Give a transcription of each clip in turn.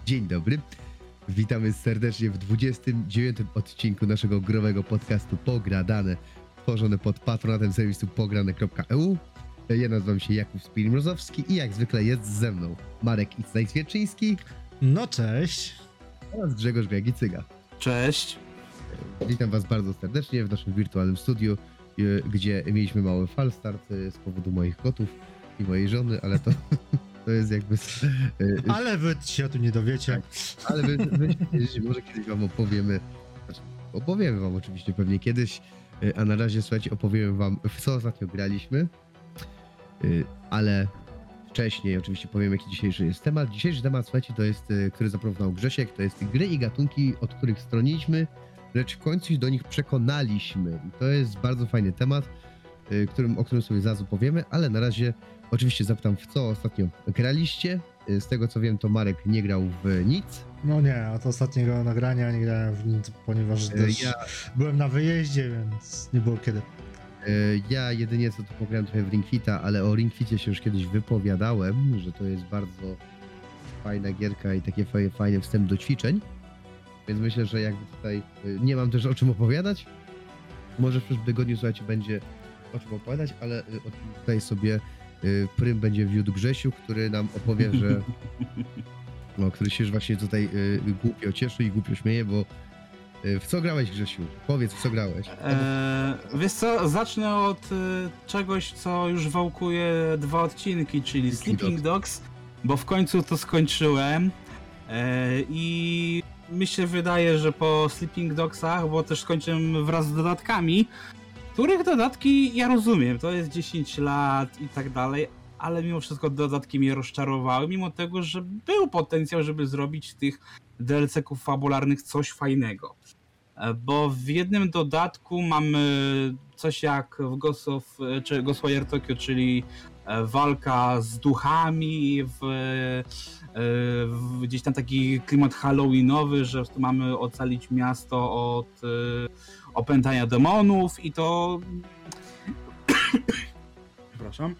Dzień dobry. Witamy serdecznie w 29. odcinku naszego growego podcastu Pogradane, tworzone pod patronatem serwisu pograne.eu. Ja nazywam się Jakub Spilimrozowski i jak zwykle jest ze mną Marek Icnajs-Wieczyński. No cześć. Oraz Grzegorz Gagicyga. Cześć. Witam was bardzo serdecznie w naszym wirtualnym studiu, gdzie mieliśmy mały falstart z powodu moich kotów i mojej żony, ale to... To jest jakby... Ale wy się o tym nie dowiecie. Tak, ale może kiedyś wam opowiemy. Znaczy, opowiemy wam oczywiście pewnie kiedyś, a na razie, słuchajcie, opowiemy wam, w co ostatnio graliśmy. Ale wcześniej oczywiście powiem, jaki dzisiejszy jest temat. Dzisiejszy temat, słuchajcie, to jest, który zaproponował Grzesiek, to jest gry i gatunki, od których stroniliśmy, lecz w końcu się do nich przekonaliśmy. I to jest bardzo fajny temat, o którym sobie zaraz opowiemy, ale na razie oczywiście zapytam, w co ostatnio graliście. Z tego co wiem, to Marek nie grał w nic. No nie, od ostatniego nagrania nie grałem w nic, ponieważ też byłem na wyjeździe, więc nie było kiedy. Ja jedynie co tu pograłem trochę w Ring Fita, ale o Ring Ficie się już kiedyś wypowiadałem, że to jest bardzo fajna gierka i takie fajny wstęp do ćwiczeń. Więc myślę, że jakby tutaj nie mam też o czym opowiadać. Może w przyszłym tygodniu, słuchajcie, będzie o czym opowiadać, ale tutaj sobie prym będzie wiódł Grzesiu, który nam opowie, że który się już właśnie tutaj głupio cieszy i głupio śmieje, bo w co grałeś, Grzesiu? Powiedz, w co grałeś. Wiesz co, zacznę od czegoś, co już wałkuje 2 odcinki, czyli Sleeping Dogs, bo w końcu to skończyłem i mi się wydaje, że po Sleeping Dogsach, bo też skończyłem wraz z dodatkami, których dodatki ja rozumiem, to jest 10 lat i tak dalej, ale mimo wszystko dodatki mnie rozczarowały, mimo tego, że był potencjał, żeby zrobić z tych DLC-ków fabularnych coś fajnego. Bo w jednym dodatku mamy coś jak w Ghostwire Tokyo, czyli walka z duchami, gdzieś tam taki klimat halloweenowy, że mamy ocalić miasto od opętania demonów i to... Przepraszam.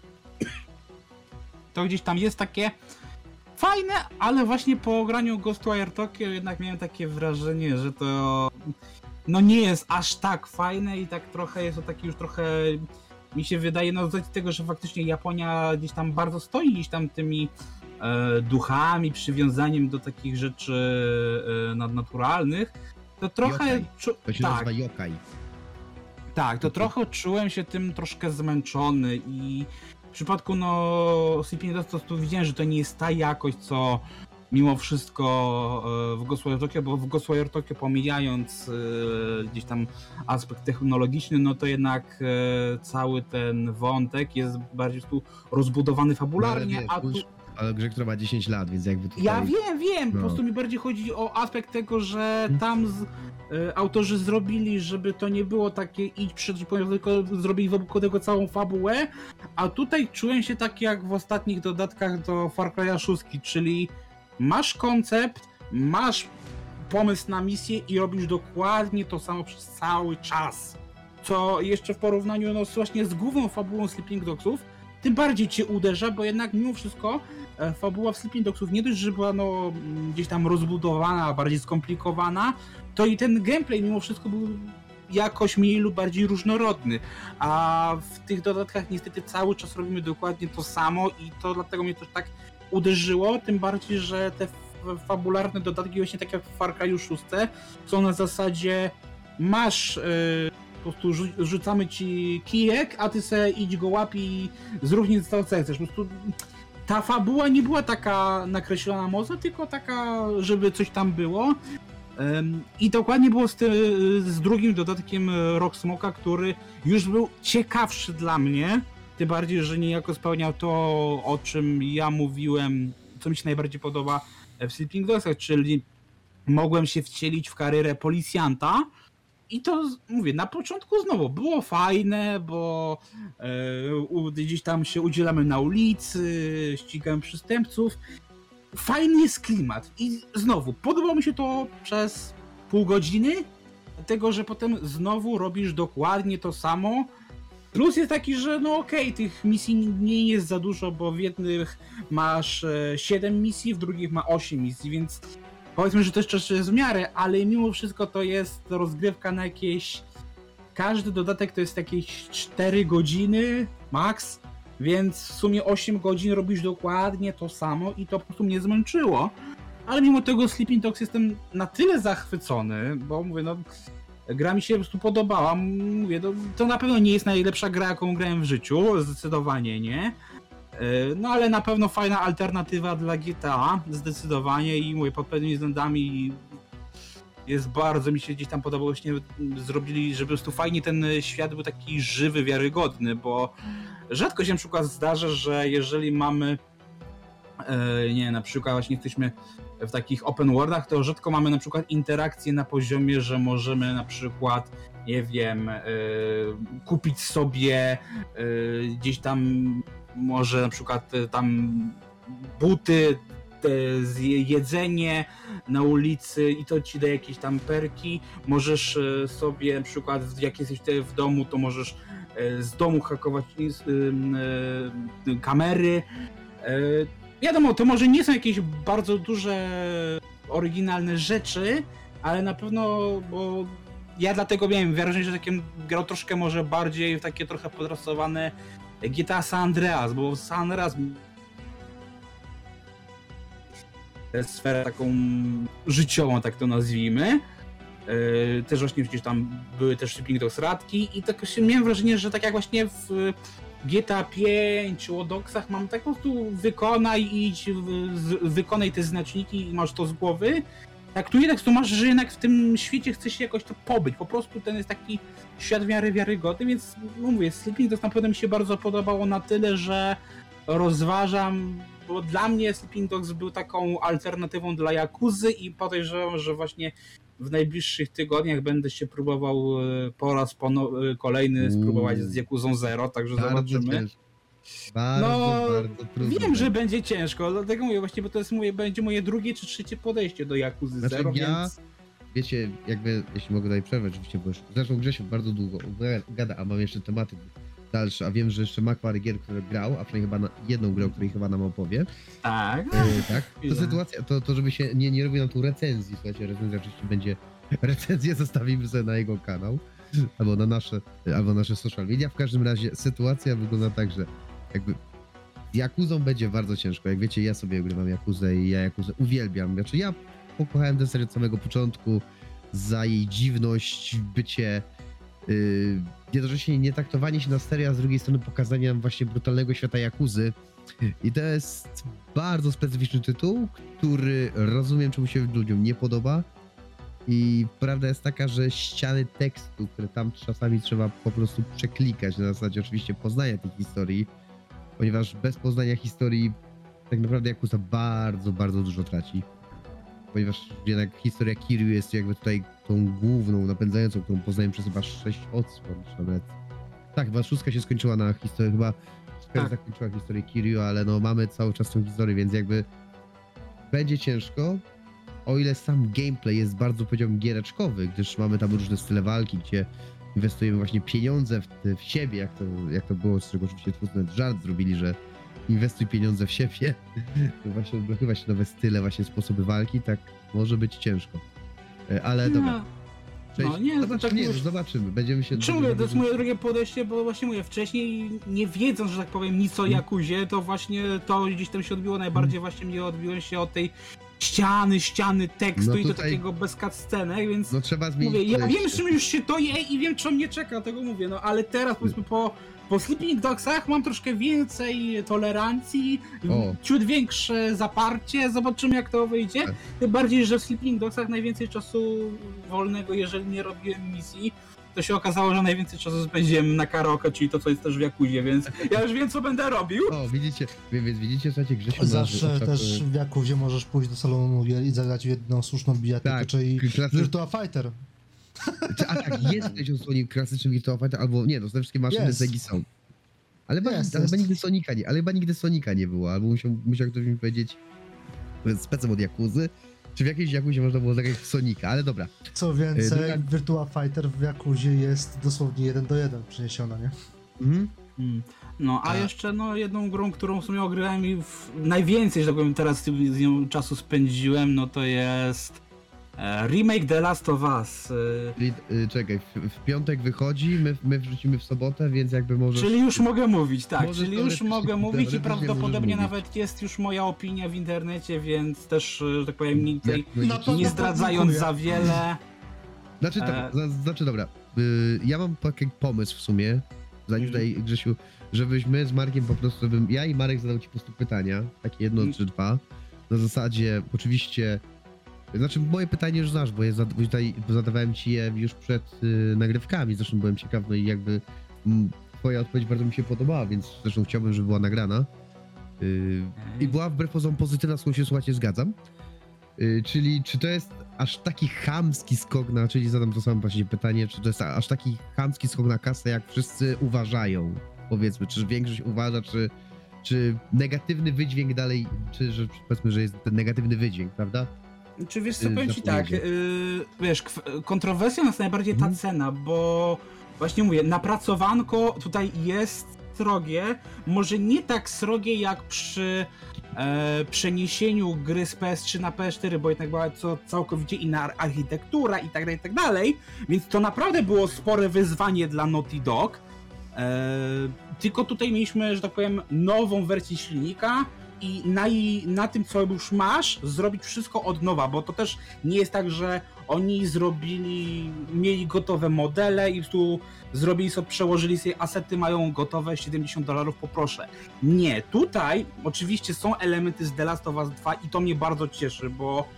To gdzieś tam jest takie fajne, ale właśnie po graniu Ghostwire Tokyo jednak miałem takie wrażenie, że to no nie jest aż tak fajne i tak trochę jest to taki już trochę, mi się wydaje, no z racji tego, że faktycznie Japonia gdzieś tam bardzo stoi gdzieś tam tymi duchami, przywiązaniem do takich rzeczy nadnaturalnych, to trochę... To się nazywa yokai. Tak, to trochę czułem się tym troszkę zmęczony i w przypadku Sleeping Dogs to widziałem, że to nie jest ta jakość, co mimo wszystko w Ghostwire Tokyo, bo w Ghostwire Tokyo, pomijając gdzieś tam aspekt technologiczny, no to jednak cały ten wątek jest bardziej tu rozbudowany fabularnie, no, ale grze, która ma 10 lat, więc jakby tutaj... Ja wiem, po prostu mi bardziej chodzi o aspekt tego, że tam autorzy zrobili, żeby to nie było takie idź przed, tylko zrobili wokół tego całą fabułę, a tutaj czułem się tak jak w ostatnich dodatkach do Far Cry'a 6, czyli masz koncept, masz pomysł na misję i robisz dokładnie to samo przez cały czas. Co jeszcze w porównaniu właśnie z główną fabułą Sleeping Dogsów, tym bardziej cię uderza, bo jednak mimo wszystko fabuła w Sleeping Dogsów nie dość, że była gdzieś tam rozbudowana, bardziej skomplikowana, to i ten gameplay mimo wszystko był jakoś mniej lub bardziej różnorodny, a w tych dodatkach niestety cały czas robimy dokładnie to samo i to dlatego mnie też tak uderzyło, tym bardziej, że te fabularne dodatki właśnie tak jak w Far Cry'u 6 są na zasadzie masz po prostu rzucamy ci kijek, a ty se idź go łap i zrób nic co chcesz. Po prostu ta fabuła nie była taka nakreślona mocno, tylko taka, żeby coś tam było. I dokładnie było z drugim dodatkiem Rock Smoke'a, który już był ciekawszy dla mnie. Tym bardziej, że niejako spełniał to, o czym ja mówiłem, co mi się najbardziej podoba w Sleeping Dogsach, czyli mogłem się wcielić w karierę policjanta. I to, mówię, na początku znowu było fajne, bo gdzieś tam się udzielamy na ulicy, ścigamy przestępców. Fajny jest klimat i znowu, podobało mi się to przez pół godziny, dlatego, że potem znowu robisz dokładnie to samo, Plus jest taki, że no okej, tych misji nie jest za dużo, bo w jednych masz 7 misji, w drugich ma 8 misji, więc powiedzmy, że to jeszcze jest w miarę, ale mimo wszystko to jest rozgrywka na jakieś... Każdy dodatek to jest jakieś 4 godziny max, więc w sumie 8 godzin robisz dokładnie to samo i to po prostu mnie zmęczyło. Ale mimo tego Sleeping Dogs jestem na tyle zachwycony, bo mówię, no gra mi się po prostu podobała. Mówię, to na pewno nie jest najlepsza gra, jaką grałem w życiu, zdecydowanie nie. No ale na pewno fajna alternatywa dla GTA, zdecydowanie i mówię, pod pewnymi względami jest bardzo, mi się gdzieś tam podobało, właśnie zrobili, żeby po prostu fajnie ten świat był taki żywy, wiarygodny, bo rzadko się na przykład zdarza, że jeżeli mamy nie, na przykład właśnie jesteśmy w takich open worldach, to rzadko mamy na przykład interakcje na poziomie, że możemy na przykład, nie wiem, kupić sobie gdzieś tam może na przykład tam buty, jedzenie na ulicy i to ci daje jakieś tam perki. Możesz sobie na przykład, jak jesteś tutaj w domu, to możesz z domu hakować kamery. Wiadomo, to może nie są jakieś bardzo duże, oryginalne rzeczy, ale na pewno, bo ja dlatego miałem wrażenie, że takim grał troszkę może bardziej w takie trochę podrasowane GTA San Andreas, bo San Andreas sferę taką życiową, tak to nazwijmy. Też właśnie przecież tam były też Sleeping Dogs radki i tak się miałem wrażenie, że tak jak właśnie w GTA 5 o Dogsach mam tak po prostu wykonaj te znaczniki i masz to z głowy. Tak tu jednak to masz, że jednak w tym świecie chce się jakoś to pobyć. Po prostu ten jest taki świat w miarę wiarygodny, więc no mówię, Sleeping Dogs na pewno mi się bardzo podobało na tyle, że rozważam, bo dla mnie Sleeping Dogs był taką alternatywą dla Yakuzy i podejrzewam, że właśnie w najbliższych tygodniach będę się próbował po raz kolejny spróbować z Yakuzą Zero, także Bardzo zobaczymy. ciężko. Bardzo trudno. Wiem, że będzie ciężko, dlatego mówię właśnie, bo to jest będzie moje drugie czy trzecie podejście do Yakuzy Znaczy Zero, ja, więc... wiecie, jakby, jeśli mogę tutaj przerwać, oczywiście, bo już zresztą Grzesiu bardzo długo gada, a mam jeszcze tematy dalsze, a wiem, że jeszcze ma parę gier, które grał, a przynajmniej chyba na jedną grę, o której chyba nam opowie. Tak. Tak? To sytuacja, to żeby się nie robił nam tu recenzji, słuchajcie, recenzja oczywiście będzie, recenzję zostawimy sobie na jego kanał, albo nasze social media. W każdym razie sytuacja wygląda tak, że jakby z Yakuzą będzie bardzo ciężko. Jak wiecie, ja sobie grywam Yakuzę i ja Yakuzę uwielbiam. Znaczy ja pokochałem tę serię od samego początku za jej dziwność, bycie jednocześnie nie traktowanie się na serio, a z drugiej strony pokazanie nam właśnie brutalnego świata Yakuzy. I to jest bardzo specyficzny tytuł, który rozumiem, czemu się ludziom nie podoba. I prawda jest taka, że ściany tekstu, które tam czasami trzeba po prostu przeklikać, na zasadzie oczywiście poznania tej historii, ponieważ bez poznania historii tak naprawdę Yakuza bardzo dużo traci. Ponieważ jednak historia Kiryu jest jakby tutaj tą główną, napędzającą, którą poznajemy przez chyba 6 odsłon, czy nawet... Tak, chyba 6 się skończyła na historii, chyba 4 zakończyła historię Kiryu, ale no mamy cały czas tą historię, więc jakby będzie ciężko, o ile sam gameplay jest bardzo, powiedziałbym, giereczkowy, gdyż mamy tam różne style walki, gdzie inwestujemy właśnie pieniądze w siebie, jak to było, z czego oczywiście twórcy nawet żart zrobili, że inwestuj pieniądze w siebie, to właśnie odblokowa się nowe style, właśnie sposoby walki, tak może być ciężko. Ale dobra. Zobaczymy, będziemy się... Czemu to jest moje drugie podejście, bo właśnie mówię, wcześniej nie wiedząc, że tak powiem, nic o Yakuzie, to właśnie to gdzieś tam się odbiło, najbardziej właśnie mnie odbiłem się od tej ściany tekstu no i do takiego bez cutscenek, więc no trzeba zmienić. Mówię, ja wiem, czym już się to je i wiem, co mnie czeka, tego mówię, no ale teraz powiedzmy po Sleeping Dogsach mam troszkę więcej tolerancji, ciut większe zaparcie, zobaczymy jak to wyjdzie. Tak. Tym bardziej, że w Sleeping Dogsach najwięcej czasu wolnego, jeżeli nie robiłem misji, to się okazało, że najwięcej czasu spędziłem na karaoke, czyli to, co jest też w Yakuzie, więc ja już wiem, co będę robił. O, widzicie, więc widzicie, słuchajcie, Grzesiu... Zawsze też w Yakuzie możesz pójść do salonu gier i zagrać w jedną słuszną bijatykę, tak, czyli Virtua Fighter. A tak, jest gdzieś o stronie klasycznym Virtua Fighter, albo nie, to te wszystkie maszyny Segi są. Ale chyba nigdy Sonika nie było, albo musiał ktoś mi powiedzieć specem od Yakuzy, czy w jakiejś Yakuzie można było zagrać w Sonika, ale dobra. Co więcej, Virtua Fighter w Yakuzie jest dosłownie 1:1 przeniesiona, nie? Mhm. No, a jeszcze jedną grą, którą w sumie ograłem i najwięcej, że tak powiem, teraz z nią czasu spędziłem, no to jest remake The Last of Us. Czyli, czekaj, w piątek wychodzi, my wrzucimy w sobotę, więc jakby możesz... Czyli już mogę mówić, tak, Możesz czyli już mogę mówić i teoretycznie prawdopodobnie możesz nawet jest już moja opinia w internecie, więc też, że tak powiem, tutaj Jak to nie zdradzając dziękuję. za wiele. Znaczy dobra, ja mam taki pomysł w sumie, zanim tutaj Grzesiu, żebyśmy z Markiem po prostu, ja i Marek zadał ci po prostu pytania, takie jedno czy dwa, na zasadzie oczywiście, znaczy moje pytanie już znasz, bo tutaj zadawałem ci je już przed nagrywkami, zresztą byłem ciekaw, no i jakby twoja odpowiedź bardzo mi się podobała, więc zresztą chciałbym, żeby była nagrana. I była wbrew pozorom pozytywna, z którą się słuchajcie zgadzam. Czyli czy to jest aż taki chamski skok na, czyli zadam to samo właśnie pytanie, czy to jest aż taki chamski skok na kasę, jak wszyscy uważają, powiedzmy, czy większość uważa, czy negatywny wydźwięk dalej, czy że powiedzmy, że jest ten negatywny wydźwięk, prawda? Czy wiesz co, powiem ci tak, zapowiedzi. wiesz, kontrowersją jest najbardziej ta cena, bo właśnie mówię, napracowanko tutaj jest srogie, może nie tak srogie jak przy przeniesieniu gry z PS3 na PS4, bo jednak była to całkowicie inna architektura i tak dalej, więc to naprawdę było spore wyzwanie dla Naughty Dog. Tylko tutaj mieliśmy, że tak powiem, nową wersję silnika i na tym, co już masz, zrobić wszystko od nowa, bo to też nie jest tak, że oni mieli gotowe modele i tu zrobili sobie, przełożyli sobie asety, mają gotowe $70, poproszę. Nie, tutaj oczywiście są elementy z The Last of Us 2 i to mnie bardzo cieszy, bo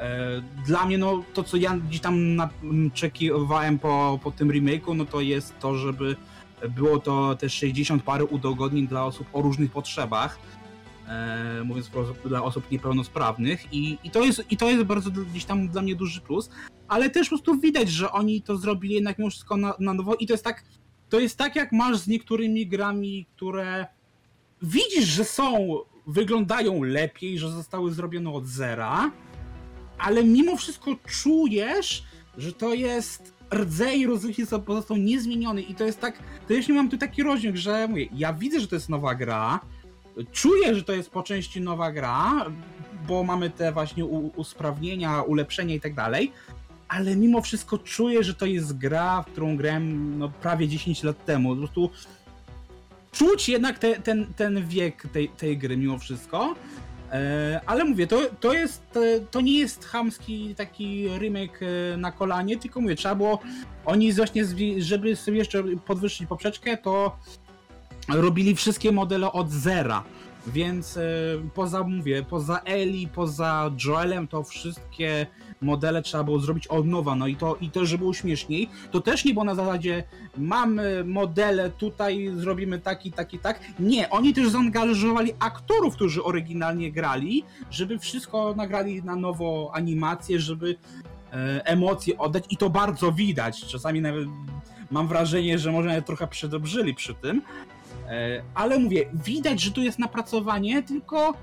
dla mnie no to, co ja gdzieś tam czekiwałem po tym remake'u, no to jest to, żeby było to też 60 parę udogodnień dla osób o różnych potrzebach, mówiąc wprost, dla osób niepełnosprawnych i to jest bardzo gdzieś tam dla mnie duży plus, ale też po prostu widać, że oni to zrobili jednak mimo wszystko na nowo i to jest tak jak masz z niektórymi grami, które widzisz, że wyglądają lepiej, że zostały zrobione od zera, ale mimo wszystko czujesz, że to jest rdzeń rozrywki pozostał niezmieniony i to jest tak, to jeśli mam tu taki rozdział, że mówię, ja widzę, że to jest nowa gra, czuję, że to jest po części nowa gra, bo mamy te właśnie usprawnienia, ulepszenia i tak dalej, ale mimo wszystko czuję, że to jest gra, w którą grałem no, prawie 10 lat temu. Po prostu czuć jednak ten wiek tej gry mimo wszystko. Ale mówię, to nie jest chamski taki remake na kolanie, tylko mówię, trzeba było, oni właśnie, żeby sobie jeszcze podwyższyć poprzeczkę, to robili wszystkie modele od zera, więc poza Ellie, poza Joelem, to wszystkie modele trzeba było zrobić od nowa, no i to, żeby było śmieszniej, to też nie było na zasadzie mamy modele, tutaj zrobimy tak. Nie, oni też zaangażowali aktorów, którzy oryginalnie grali, żeby wszystko nagrali na nowo, animacje, żeby emocje oddać i to bardzo widać. Czasami nawet mam wrażenie, że może nawet trochę przedobrzyli przy tym, ale mówię, widać, że tu jest napracowanie, tylko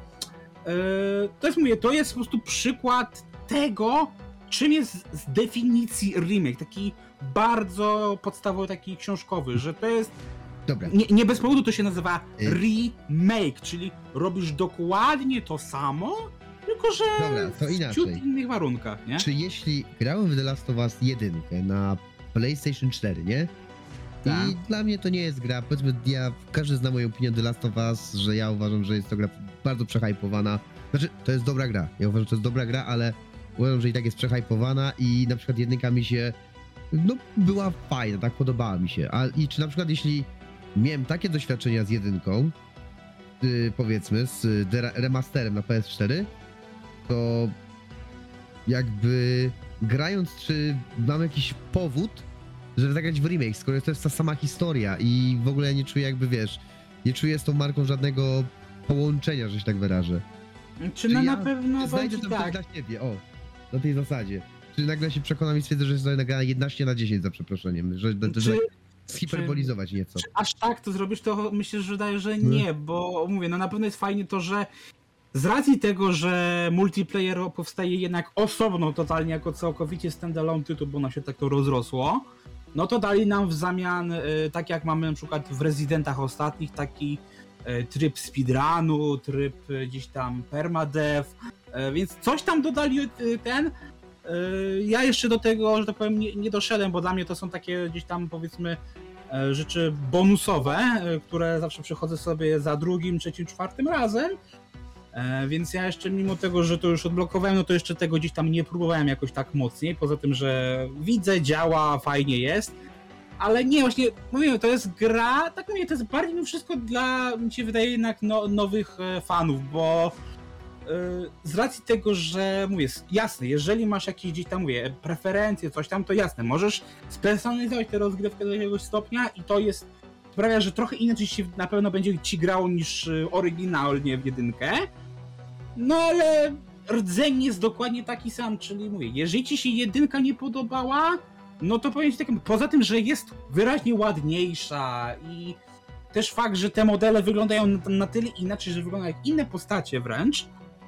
to jest po prostu przykład tego, czym jest z definicji remake, taki bardzo podstawowy, taki książkowy, że to jest Dobra. nie bez powodu to się nazywa remake, czyli robisz dokładnie to samo, tylko że Dobra, to w inaczej. ciut innych warunkach, nie? Czy jeśli grałem w The Last of Us 1 na PlayStation 4, nie? Tak. I dla mnie to nie jest gra, powiedzmy, każdy zna moją opinię o The Last of Us, że ja uważam, że jest to gra bardzo przehypowana. Znaczy, to jest dobra gra, ja uważam, że to jest dobra gra, ale uważam, że i tak jest przehypowana i na przykład jedynka mi się, no, była fajna, tak, podobała mi się. I czy na przykład jeśli miałem takie doświadczenia z jedynką, powiedzmy, z remasterem na PS4, to jakby grając, czy mam jakiś powód, żeby zagrać w remake, skoro to jest ta sama historia i w ogóle nie czuję jakby, wiesz, nie czuję z tą marką żadnego połączenia, że się tak wyrażę. Czy na ja pewno znajdę będzie tam tak. coś dla siebie, na tej zasadzie. Czy nagle się przekonam i stwierdzę, że jest to nagrana 11/10 za przeproszeniem, że zhiperbolizować nieco. Czy aż tak to zrobisz, to myślę, że wydaje, że nie, bo mówię, no na pewno jest fajnie to, że z racji tego, że multiplayer powstaje jednak osobno totalnie jako całkowicie standalone tytuł, bo ono się tak to rozrosło, no to dali nam w zamian, tak jak mamy na przykład w Residentach ostatnich, taki tryb speedrunu, tryb gdzieś tam permadeath, więc coś tam dodali ja jeszcze do tego, że tak powiem, nie doszedłem, bo dla mnie to są takie gdzieś tam, powiedzmy, rzeczy bonusowe, które zawsze przychodzę sobie za drugim, trzecim, czwartym razem, więc ja jeszcze mimo tego, że to już odblokowałem, no to jeszcze tego gdzieś tam nie próbowałem jakoś tak mocniej, poza tym, że widzę, działa, fajnie jest, ale nie, właśnie, mówię, to jest gra, tak mówię, to jest bardziej mimo wszystko dla, mi się wydaje, jednak nowych fanów, bo z racji tego, że mówię, jasne, jeżeli masz jakieś gdzieś tam, mówię, preferencje, coś tam, to jasne, możesz spersonalizować tę rozgrywkę do jakiegoś stopnia i to jest, sprawia, że trochę inaczej się na pewno będzie ci grało niż oryginalnie w jedynkę, no ale rdzeń jest dokładnie taki sam, czyli mówię, jeżeli ci się jedynka nie podobała, no to powiem ci tak, poza tym, że jest wyraźnie ładniejsza i też fakt, że te modele wyglądają na tyle inaczej, że wyglądają jak inne postacie wręcz,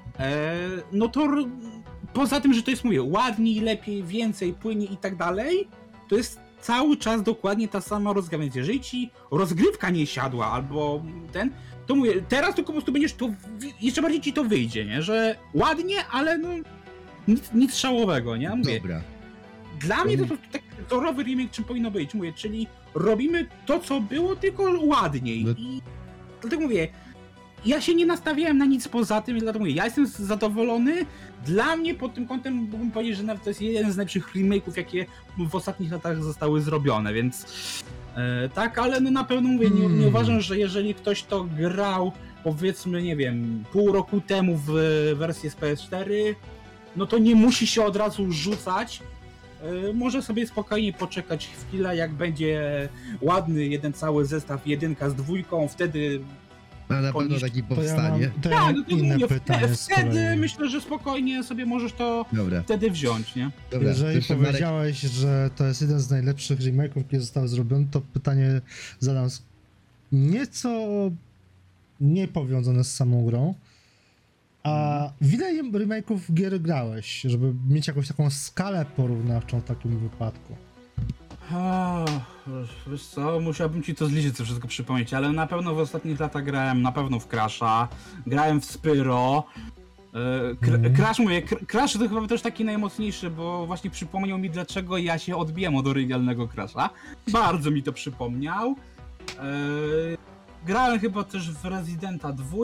no to poza tym, że to jest, mówię, ładniej, lepiej, więcej, płynniej i tak dalej, to jest cały czas dokładnie ta sama rozgrywka, więc jeżeli ci rozgrywka nie siadła albo to mówię, teraz tylko po prostu będziesz to, jeszcze bardziej ci to wyjdzie, nie, że ładnie, ale no nic szałowego, nie, mówię. Dobra. Dla mnie to po prostu taki wzorowy remake, czym powinno być, mówię, czyli robimy to, co było, tylko ładniej. I dlatego mówię, ja się nie nastawiałem na nic poza tym, dlatego mówię, ja jestem zadowolony. Dla mnie pod tym kątem mógłbym powiedzieć, że nawet to jest jeden z najlepszych remake'ów, jakie w ostatnich latach zostały zrobione, więc tak, ale no na pewno mówię, nie uważam, że jeżeli ktoś to grał, powiedzmy, nie wiem, pół roku temu w wersję z PS4, no to nie musi się od razu rzucać. Może sobie spokojnie poczekać chwilę, jak będzie ładny jeden cały zestaw, jedynka z dwójką, wtedy... A na pewno taki powstanie. To ja mam inne pytanie wtedy myślę, że spokojnie sobie możesz to wtedy wziąć, nie? Dobra, jeżeli powiedziałeś, że to jest jeden z najlepszych remake'ów, jakie zostały zrobione, to pytanie zadam nieco niepowiązane z samą grą. A w ile remake'ów gier grałeś, żeby mieć jakąś taką skalę porównawczą w takim wypadku? Wiesz co, musiałbym ci to zliczyć, co wszystko przypomnieć, ale na pewno w ostatnich latach grałem na pewno w Crash'a, grałem w Spyro. Crash, mówię, Crash to chyba też taki najmocniejszy, bo właśnie przypomniał mi, dlaczego ja się odbiłem od oryginalnego Crash'a. Bardzo mi to przypomniał. Grałem chyba też w Residenta 2.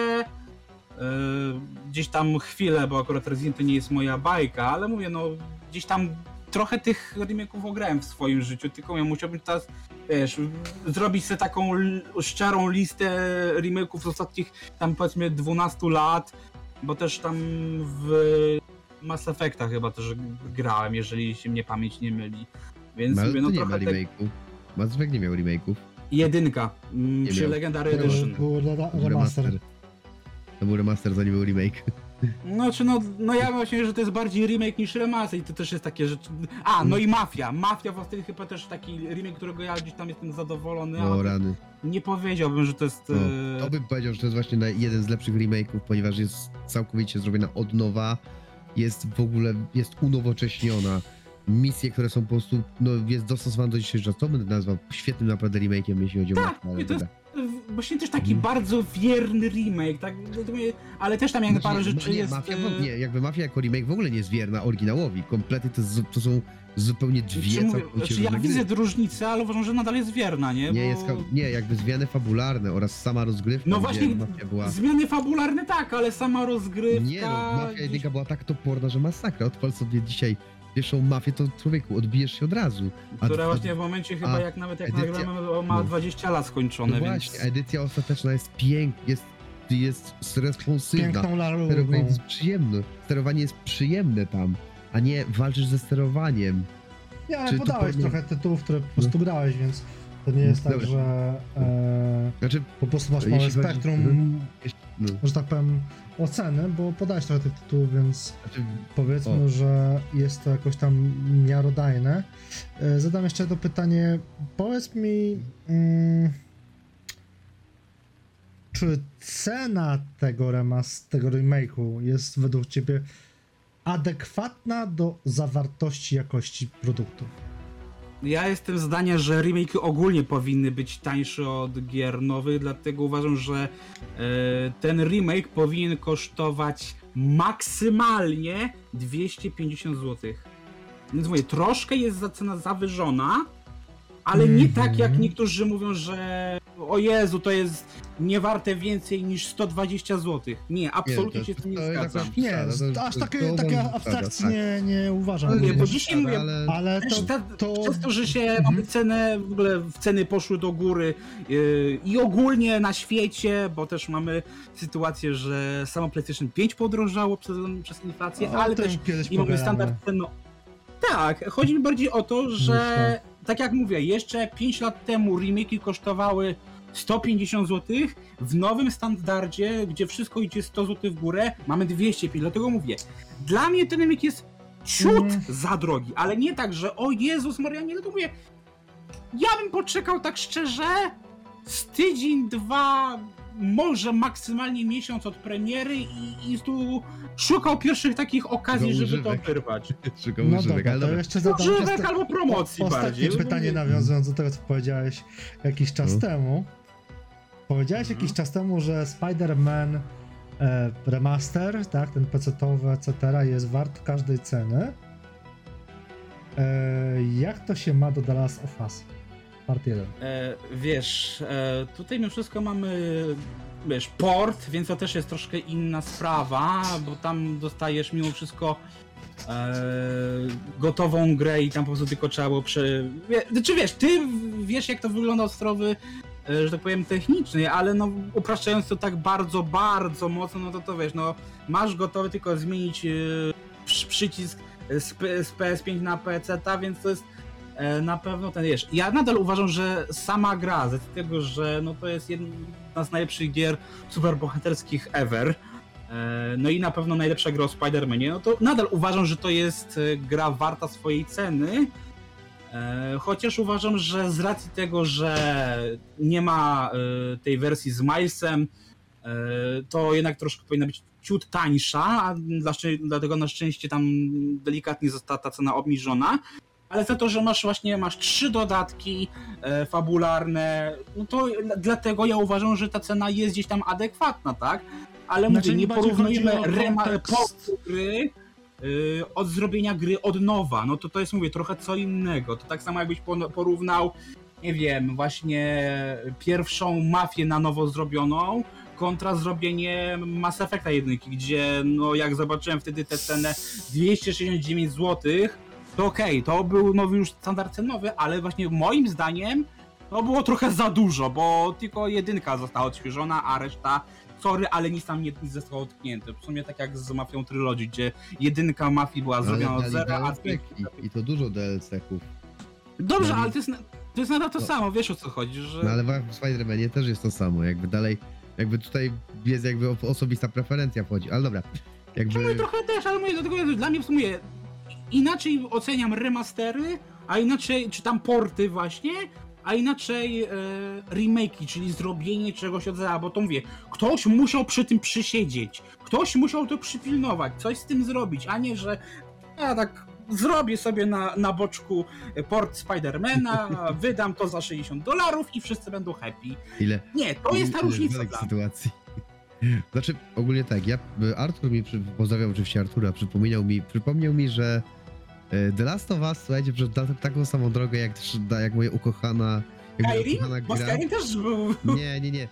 Gdzieś tam chwilę, bo akurat Resident to nie jest moja bajka, ale mówię, no gdzieś tam trochę tych remake'ów ograłem w swoim życiu, tylko ja musiałbym teraz, wiesz, zrobić sobie taką szczerą listę remake'ów z ostatnich tam powiedzmy 12 lat, bo też tam w Mass Effecta chyba też grałem, jeżeli się mnie pamięć nie myli. Więc Ale mówię, no to nie trochę ma remake'u. Mass Effect nie miał remake'ów. Jedynka przy miał. Legendary Edition. Był remaster. To był remaster, zanim był remake. Znaczy, no ja właśnie, że to jest bardziej remake niż remaster i to też jest takie rzeczy... no i Mafia. Mafia właściwie chyba też taki remake, którego ja gdzieś tam jestem zadowolony, O ale rany. nie powiedziałbym, że to jest... To bym powiedział, że to jest właśnie jeden z lepszych remake'ów, ponieważ jest całkowicie zrobiona od nowa. Jest w ogóle, jest unowocześniona. Misje, które są po prostu, no jest dostosowane do dzisiejszych czasów. To będę nazwał świetnym naprawdę remake'iem, jeśli chodzi o Tak, Mafię, ale to jest dobra. właśnie też taki bardzo wierny remake, tak? Ale też tam jak parę rzeczy nie, jest... Mafia, nie, jakby Mafia jako remake w ogóle nie jest wierna oryginałowi. Kompletnie to są zupełnie dwie całkowicie ja różne gry. widzę różnicę, ale uważam, że nadal jest wierna, nie? Nie, Bo... nie, jakby zmiany fabularne oraz sama rozgrywka, No gdzie właśnie, Mafia była... zmiany fabularne tak, ale sama rozgrywka... Nie no, Mafia 1 była tak toporna, że masakra. Odpal sobie dzisiaj pierwszą Mafię, to człowieku, odbijesz się od razu. Która właśnie w momencie chyba jak nagramy ma 20 lat skończone, no właśnie, więc... edycja ostateczna jest piękna, jest responsywna. Piękną Sterowanie lalką. jest przyjemne. Sterowanie jest przyjemne tam, a nie walczysz ze sterowaniem. Nie, ale Czy podałeś to trochę tytułów, które po prostu grałeś, więc to nie jest tak, Dobra. że Znaczy, po prostu masz Jeśli małe chodzi- spektrum, no, że tak powiem, oceny, bo podałeś trochę tych tytułów, więc znaczy, powiedzmy, że jest to jakoś tam miarodajne. Zadam jeszcze jedno pytanie. Powiedz mi, czy cena tego remake'u jest według ciebie adekwatna do zawartości jakości produktu? Ja jestem zdania, że remake ogólnie powinny być tańsze od gier nowych, dlatego uważam, że ten remake powinien kosztować maksymalnie 250 zł. Więc mówię, troszkę jest za cena zawyżona, ale nie tak jak niektórzy mówią, że o Jezu, to jest nie warte więcej niż 120 zł. Nie, absolutnie się z tym nie zgadzam. Nie, aż takie abstrakcji nie uważam. Nie, bo dzisiaj mówię, Ale to przez to, że się mamy cenę, w ogóle ceny poszły do góry i ogólnie na świecie, bo też mamy sytuację, że samo PlayStation 5 podrożało przez inflację, ale też i mamy standard cen. Tak, chodzi mi bardziej o to, że tak jak mówię, jeszcze 5 lat temu remake'i kosztowały 150 zł, w nowym standardzie, gdzie wszystko idzie 100 zł w górę, mamy 205, dlatego mówię, dla mnie ten remake jest ciut za drogi, ale nie tak, że o Jezus Maria, nie, no to mówię, ja bym poczekał tak szczerze z tydzień, dwa, może maksymalnie miesiąc od premiery i tu szukał pierwszych takich okazji, żeby to wyrwać. No dobra, to jeszcze zadam używek albo promocji ostatnie bardziej. pytanie, nawiązując do tego, co powiedziałeś jakiś czas temu. Powiedziałeś jakiś czas temu, że Spider-Man Remaster, tak, ten PC-towy, etc. jest wart każdej ceny. Jak to się ma do The Last of Us? Part 1. Wiesz, tutaj my wszystko mamy, wiesz, port, więc to też jest troszkę inna sprawa, bo tam dostajesz mimo wszystko gotową grę i tam po prostu tylko trzeba było Czy wiesz, ty wiesz jak to wygląda od strony, że tak powiem, technicznej, ale no upraszczając to tak bardzo, bardzo mocno, no to wiesz, no masz gotowy tylko zmienić przycisk z PS5 na PC, więc to jest na pewno ten, wiesz, ja nadal uważam, że sama gra, z tego, że no to jest jedna z najlepszych gier superbohaterskich ever, no i na pewno najlepsza gra o Spider-Manie, no to nadal uważam, że to jest gra warta swojej ceny, chociaż uważam, że z racji tego, że nie ma tej wersji z Milesem, to jednak troszkę powinna być ciut tańsza, a dlatego na szczęście tam delikatnie została ta cena obniżona. Ale za to, że masz 3 dodatki fabularne, no to dlatego ja uważam, że ta cena jest gdzieś tam adekwatna, tak? Ale Znaczy, nie porównujmy kontekst gry od zrobienia gry od nowa. No to jest, mówię, trochę co innego. To tak samo jakbyś porównał, nie wiem, właśnie pierwszą Mafię na nowo zrobioną kontra zrobienie Mass Effecta 1, gdzie no jak zobaczyłem wtedy tę cenę 269 zł, to okej, to był nowy już standard cenowy, ale właśnie moim zdaniem to było trochę za dużo, bo tylko 1 została odświeżona, a reszta, sorry, ale nic tam nie zostało odknięte. W sumie tak jak z Mafią Trilogy, gdzie 1 Mafii była zrobiona od zera, a I to dużo DLC-ków. Dobrze, ale to jest nadal to samo, wiesz o co chodzi, że... No ale w Spider-Manie też jest to samo, jakby dalej, jakby tutaj jest jakby osobista preferencja wchodzi, ale dobra, jakby... No trochę też, ale mówię, dlatego dla mnie w sumie inaczej oceniam remastery, a inaczej, czy tam porty właśnie, a inaczej remake'i, czyli zrobienie czegoś od zera, bo to mówię, ktoś musiał przy tym przysiedzieć, ktoś musiał to przypilnować, coś z tym zrobić, a nie, że ja tak zrobię sobie na boczku port Spidermana, wydam to za $60 i wszyscy będą happy. Ile? Nie, to jest ta różnica dla mnie. Sytuacji. Znaczy, ogólnie tak, Artur pozdrawiam oczywiście Artura, przypomniał mi, że The Last of Us, słuchajcie, przed taką samą drogę jak moja ukochana Skyrim? Bo Skyrim też był... Nie.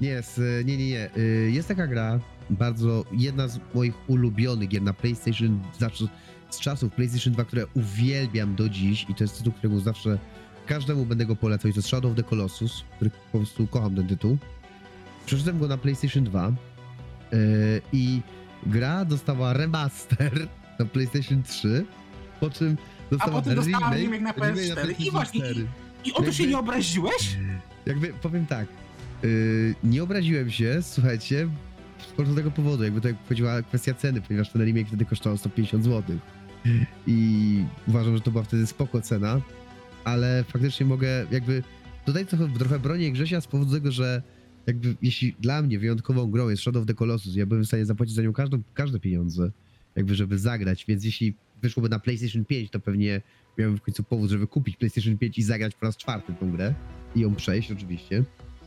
Jest taka gra, bardzo, jedna z moich ulubionych gier na PlayStation, z czasów PlayStation 2, które uwielbiam do dziś i to jest tytuł, którego zawsze każdemu będę go polecał, i to jest Shadow of the Colossus, który po prostu kocham ten tytuł. Przeszedłem go na PlayStation 2 i gra dostała remaster na PlayStation 3, po czym dostała remake na PS4 i właśnie, i o to się nie obraziłeś? Jakby, powiem tak, nie obraziłem się, słuchajcie, z tego powodu, jakby to chodziła kwestia ceny, ponieważ ten remake wtedy kosztował 150 zł i uważam, że to była wtedy spoko cena, ale faktycznie mogę jakby, tutaj trochę bronię Grzesia z powodu tego, że jakby jeśli dla mnie wyjątkową grą jest Shadow of the Colossus, ja byłem w stanie zapłacić za nią każde pieniądze, jakby żeby zagrać, więc jeśli wyszłoby na PlayStation 5, to pewnie miałem w końcu powód, żeby kupić PlayStation 5 i zagrać po raz 4 tą grę i ją przejść oczywiście.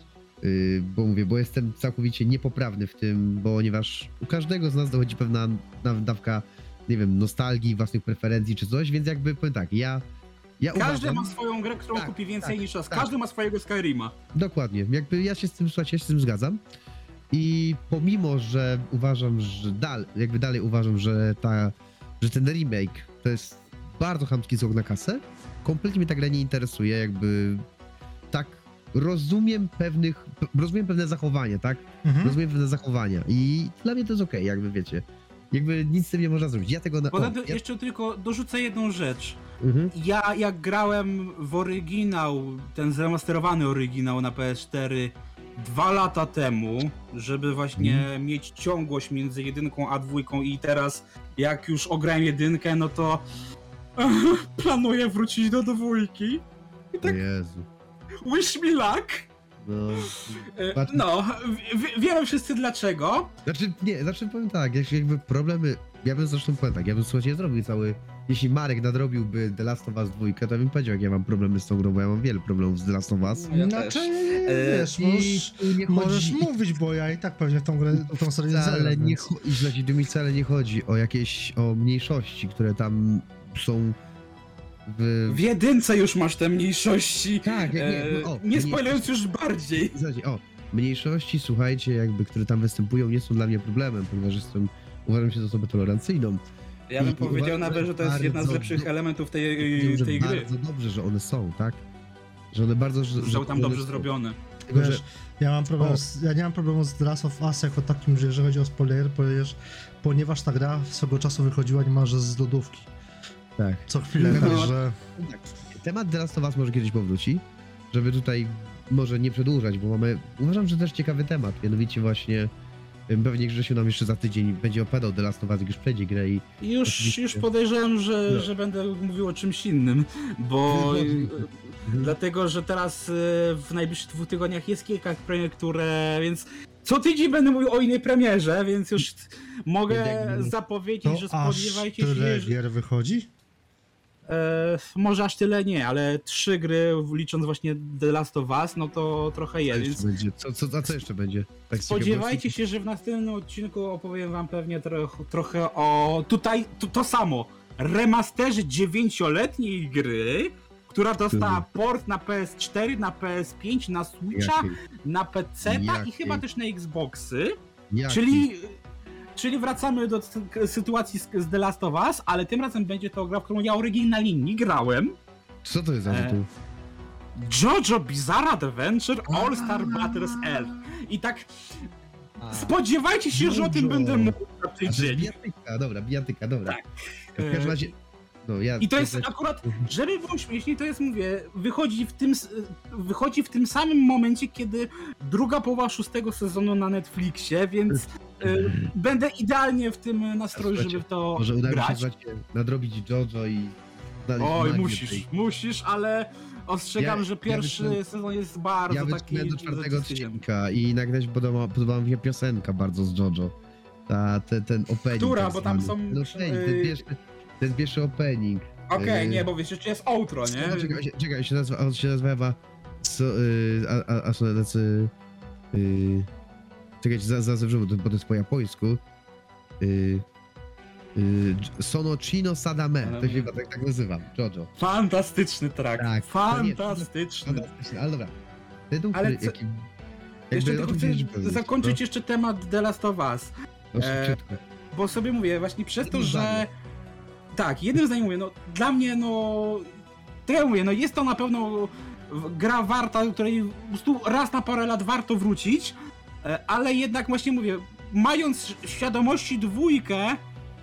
Bo jestem całkowicie niepoprawny w tym, ponieważ u każdego z nas dochodzi pewna dawka, nie wiem, nostalgii, własnych preferencji czy coś, więc jakby powiem tak, ja Każdy uważam, ma swoją grę, którą Tak, kupi więcej tak, niż raz. tak. Każdy ma swojego Skyrima. dokładnie, jakby ja się z tym, słuchajcie, ja się z tym zgadzam i pomimo, że uważam, że dalej uważam, że ten remake to jest bardzo chamski skok na kasę, kompletnie mnie ta gra nie interesuje, jakby tak rozumiem pewne zachowania, tak? Rozumiem pewne zachowania i dla mnie to jest okej, jakby wiecie. Jakby nic z tym nie można zrobić. Ja tego Poza tym jeszcze tylko dorzucę jedną rzecz. Mhm. Ja jak grałem w oryginał, ten zremasterowany oryginał na PS4 2 lata temu, żeby właśnie mieć ciągłość między jedynką a dwójką i teraz jak już ograłem jedynkę, no to planuję wrócić do dwójki. I tak, O Jezu. wish me luck. No, No, wiemy wszyscy dlaczego. Znaczy powiem tak, jakby problemy, ja bym zresztą powiem tak, ja bym słuchajcie zrobił jeśli Marek nadrobiłby The Last of Us 2, to bym powiedział, jak ja mam problemy z tą grą, bo ja mam wiele problemów z The Last of Us. Ja Znaczy, też. wiesz, nie możesz chodzi- mówić, bo ja i tak pewnie w tą serię Wcale zagram, nie, więc... tu mi wcale nie chodzi o mniejszości, które tam są W jedynce już masz te mniejszości. Tak, nie spoilując już bardziej. Mniejszości, słuchajcie, jakby, które tam występują, nie są dla mnie problemem, ponieważ uważam się za osobę tolerancyjną. Ja bym I powiedział uważam, nawet, że to jest jedna z bardzo lepszych elementów tej Wiem, że gry. bardzo dobrze, że one są, tak? Że one bardzo... Został tam one dobrze są. zrobione. Tylko, że Wiesz, ja nie mam problemu z The Last of Us jako takim, że jeżeli chodzi o spoiler, ponieważ ta gra swego czasu wychodziła niemalże z lodówki. tak. Co chwilę, No. także... Tak. Temat The Last of Us może kiedyś powróci, żeby tutaj może nie przedłużać, bo uważam, że też ciekawy temat, mianowicie właśnie pewnie Grzesiu nam jeszcze za tydzień będzie opowiadał The Last of Us, jak już przejdzie grę i... Już podejrzewam, że będę mówił o czymś innym, bo dlatego, że teraz w najbliższych 2 tygodniach jest kilka premier, więc co tydzień będę mówił o innej premierze, więc już mogę zapowiedzieć, że spodziewajcie się, tyle że... gier wychodzi? Może aż tyle nie, ale 3 gry, licząc właśnie The Last of Us, no to trochę jest, więc Będzie. Co jeszcze będzie? Tak z spodziewajcie się, że w następnym odcinku opowiem wam pewnie trochę o tutaj to samo. Remasterze 9-letniej gry, która dostała port na PS4, na PS5, na Switcha, Jakiej? na PC-ta i Jakiej? chyba też na Xboxy. Jaki? Czyli wracamy do sytuacji z The Last of Us, ale tym razem będzie to gra, w którą ja oryginalnie nie grałem. Co to jest za tytuł? JoJo Bizarre Adventure All Star Battles L. I tak spodziewajcie się, że o tym JoJo. będę mówił na A to jest tydzień. bijatyka, dobra. Tak. W każdym razie... No, I to jest akurat, żeby było śmieszniej, to jest, mówię, wychodzi w tym samym momencie, kiedy druga połowa 6 sezonu na Netflixie, więc będę idealnie w tym nastroju, Słuchajcie, żeby w to Może uda mi się, grać. słuchajcie, nadrobić JoJo i... znaleźć Oj, magię musisz, ale ostrzegam, Ja- że pierwszy ja sezon jest bardzo Ja taki... wytrzymałem do 4 odcinka i nagle się podobała mi się piosenka bardzo z JoJo. Ten opening. Która? tak Bo tam zwany. są, No ten pierwszy opening. Okej, nie, bo wiesz, jeszcze jest outro, nie? Czekaj, się nazywa, on się nazywa a są tacy... Czekajcie, zawrzymy, bo to jest po japońsku. Sonochino Sadame, to się chyba tak nazywa, JoJo. Fantastyczny track, Tak, fantastyczny. Fantastyczny, ale dobra. Tytuł, Ale który, jaki... Jeszcze jakby o tylko czym chcę chcesz powiedzieć, zakończyć jeszcze temat The Last of Us, no szybciutko. bo sobie mówię, właśnie przez to, Jednym że... zdaniem. Tak, jednym zdaniem mówię, no dla mnie, to ja mówię, jest to na pewno gra warta, której po prostu raz na parę lat warto wrócić, ale jednak właśnie mówię, mając świadomości dwójkę,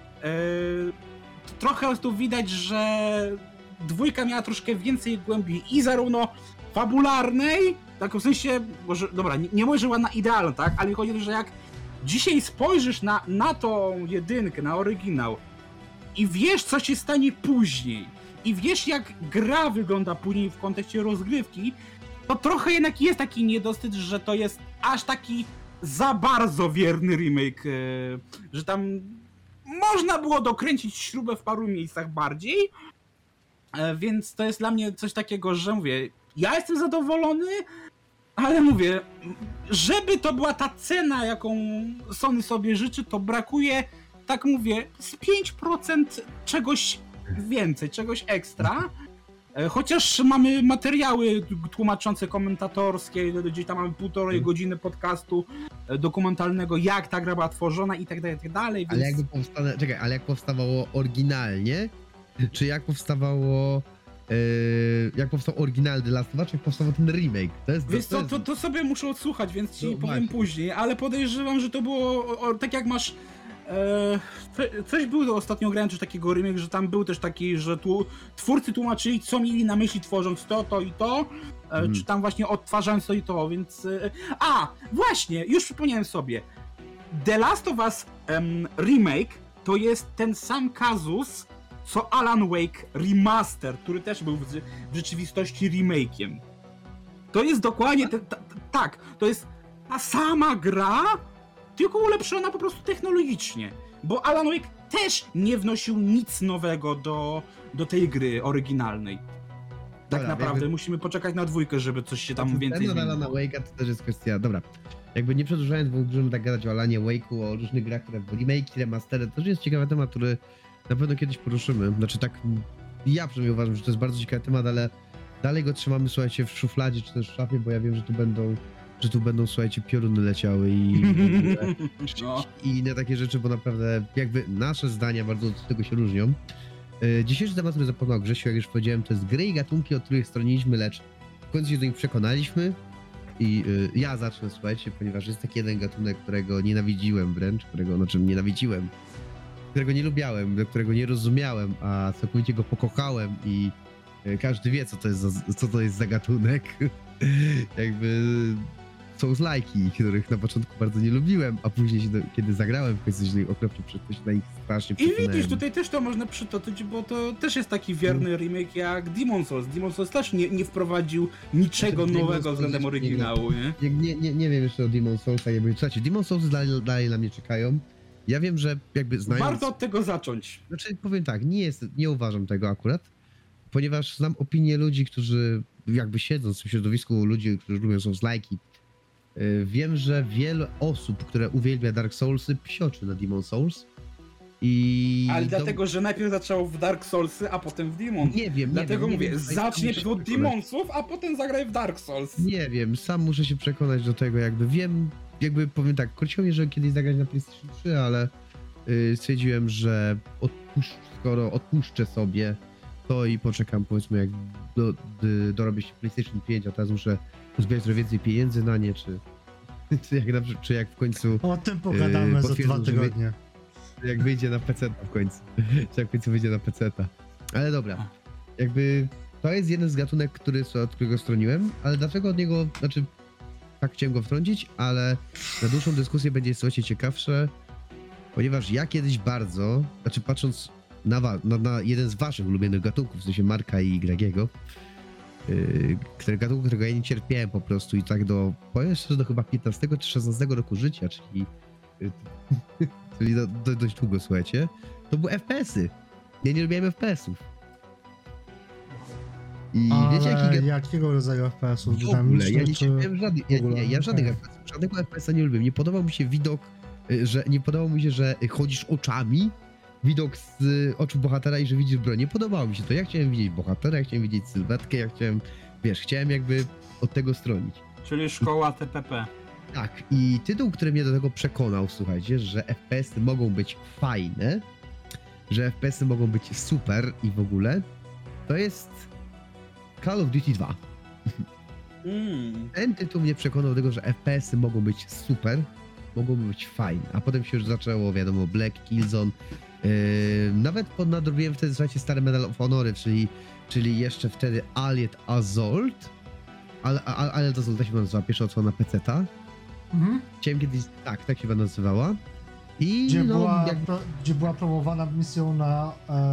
trochę tu widać, że dwójka miała troszkę więcej głębi i zarówno fabularnej, tak w sensie, może, dobra, nie mówię, że była na idealną, tak, ale chodzi o to, że jak dzisiaj spojrzysz na tą jedynkę, na oryginał i wiesz, co się stanie później i wiesz, jak gra wygląda później w kontekście rozgrywki, to trochę jednak jest taki niedosyt, że to jest aż taki za bardzo wierny remake, że tam można było dokręcić śrubę w paru miejscach bardziej, więc to jest dla mnie coś takiego, że mówię, ja jestem zadowolony, ale mówię, żeby to była ta cena, jaką Sony sobie życzy, to brakuje, tak mówię, z 5% czegoś więcej, czegoś ekstra. Chociaż mamy materiały tłumaczące komentatorskie, gdzieś tam mamy 1,5 godziny podcastu dokumentalnego, jak ta gra była tworzona i tak dalej. Więc... Ale jak powstawało oryginalnie, czy jak powstawało jak powstał oryginalny The Last of Us, czy jak powstał ten remake? To sobie muszę odsłuchać, więc ci powiem właśnie. później, ale podejrzewam, że to było tak jak masz coś było ostatnio grałem też takiego remake, że tam był też taki, że twórcy tłumaczyli, co mieli na myśli tworząc to i to, czy tam właśnie odtwarzając to i to, więc... Właśnie, już przypomniałem sobie. The Last of Us remake to jest ten sam kazus, co Alan Wake Remaster, który też był w rzeczywistości remake'iem. To jest dokładnie... Tak, to jest ta sama gra, tylko ulepszona po prostu technologicznie. Bo Alan Wake też nie wnosił nic nowego do tej gry oryginalnej. Tak Dobra, naprawdę musimy poczekać na 2, żeby coś się tam więcej zmieniło. zmieniło. Alana Wake'a to też jest kwestia... Dobra, jakby nie przedłużając, bo możemy tak gadać o Alanie Wake'u, o różnych grach, które były remake, remastery, to też jest ciekawy temat, który na pewno kiedyś poruszymy. Znaczy tak, ja przynajmniej uważam, że to jest bardzo ciekawy temat, ale dalej go trzymamy, słuchajcie, w szufladzie czy też w szafie, bo ja wiem, że tu będą, słuchajcie, pioruny leciały i inne takie rzeczy, bo naprawdę jakby nasze zdania bardzo od tego się różnią. Dzisiejszy temat, który zaproponował Grzesiu, jak już powiedziałem, to jest gry i gatunki, od których stroniliśmy, lecz w końcu się do nich przekonaliśmy i ja zacznę, słuchajcie, ponieważ jest taki jeden gatunek, którego nienawidziłem wręcz, którego nie lubiałem, do którego nie rozumiałem, a całkowicie go pokochałem i każdy wie, co to jest za gatunek. Jakby Souls-like'i, których na początku bardzo nie lubiłem, a później kiedy zagrałem w końcu się okropnie na nich strasznie I widzisz, tutaj też to można przytoczyć, bo to też jest taki wierny remake jak Demon's Souls. Demon's Souls też nie wprowadził niczego nowego względem oryginału, nie? Nie wiem jeszcze o Demon's Soulsach, słuchajcie, Demon's Souls dalej na mnie czekają. Ja wiem, że jakby znając... Warto od tego zacząć. Znaczy, powiem tak, nie uważam tego akurat, ponieważ znam opinię ludzi, którzy jakby siedząc w środowisku ludzi, którzy lubią Souls-like'i. Wiem, że wiele osób, które uwielbia Dark Soulsy, psioczy na Demon's Souls. Ale dlatego, że najpierw zaczęło w Dark Soulsy, a potem w Demon. Nie wiem. Dlatego mówię, zacznie od Demonsów, a potem zagraj w Dark Souls. Nie wiem, sam muszę się przekonać do tego, powiem tak, korciło mnie, że kiedyś zagrać na PlayStation 3, ale stwierdziłem, że skoro odpuszczę sobie to i poczekam, powiedzmy, jak dorobię się PlayStation 5, a teraz muszę uzbierać trochę więcej pieniędzy na nie, czy jak w końcu... O tym pogadamy za 2 tygodnie. Jak wyjdzie na PC-ta w końcu. Czy jak w końcu wyjdzie na PC-ta. Ale dobra, jakby to jest jeden z gatunek, od którego stroniłem, ale dlaczego od niego, znaczy tak chciałem go wtrącić, ale na dłuższą dyskusję będzie słuchajcie ciekawsze, ponieważ ja kiedyś bardzo, znaczy patrząc na jeden z waszych ulubionych gatunków, w sensie Marka i Gregiego, gatunku, którego ja nie cierpiałem po prostu i tak powiem szczerze, do chyba 15 czy 16 roku życia, czyli dość długo, słuchajcie, to były FPS-y. Ja nie lubiałem FPS-ów. I wiecie, jakiego rodzaju FPS-ów? W ogóle, ja nie cierpiałem żadnych FPS-ów. Żadnego FPS-a nie lubiłem. Nie podobał mi się widok, że chodzisz oczami, widok z oczu bohatera i że widzisz broń. Nie podobało mi się to. Ja chciałem widzieć bohatera, ja chciałem widzieć sylwetkę, chciałem jakby od tego stronić. Czyli szkoła TPP. Tak, i tytuł, który mnie do tego przekonał, słuchajcie, że FPS-y mogą być fajne, że FPS-y mogą być super i w ogóle, to jest Call of Duty 2. Ten tytuł mnie przekonał do tego, że FPS-y mogą być super, mogą być fajne, a potem się już zaczęło, wiadomo, Black, Killzone, nawet nadrobiłem wtedy, słuchajcie, stare Medal of Honory, czyli jeszcze wtedy Allied Assault, ale to tak się nazywa, pierwsza odsłona na PC-ta. Chciałem kiedyś, tak się chyba nazywała. I gdzie była promowana misją na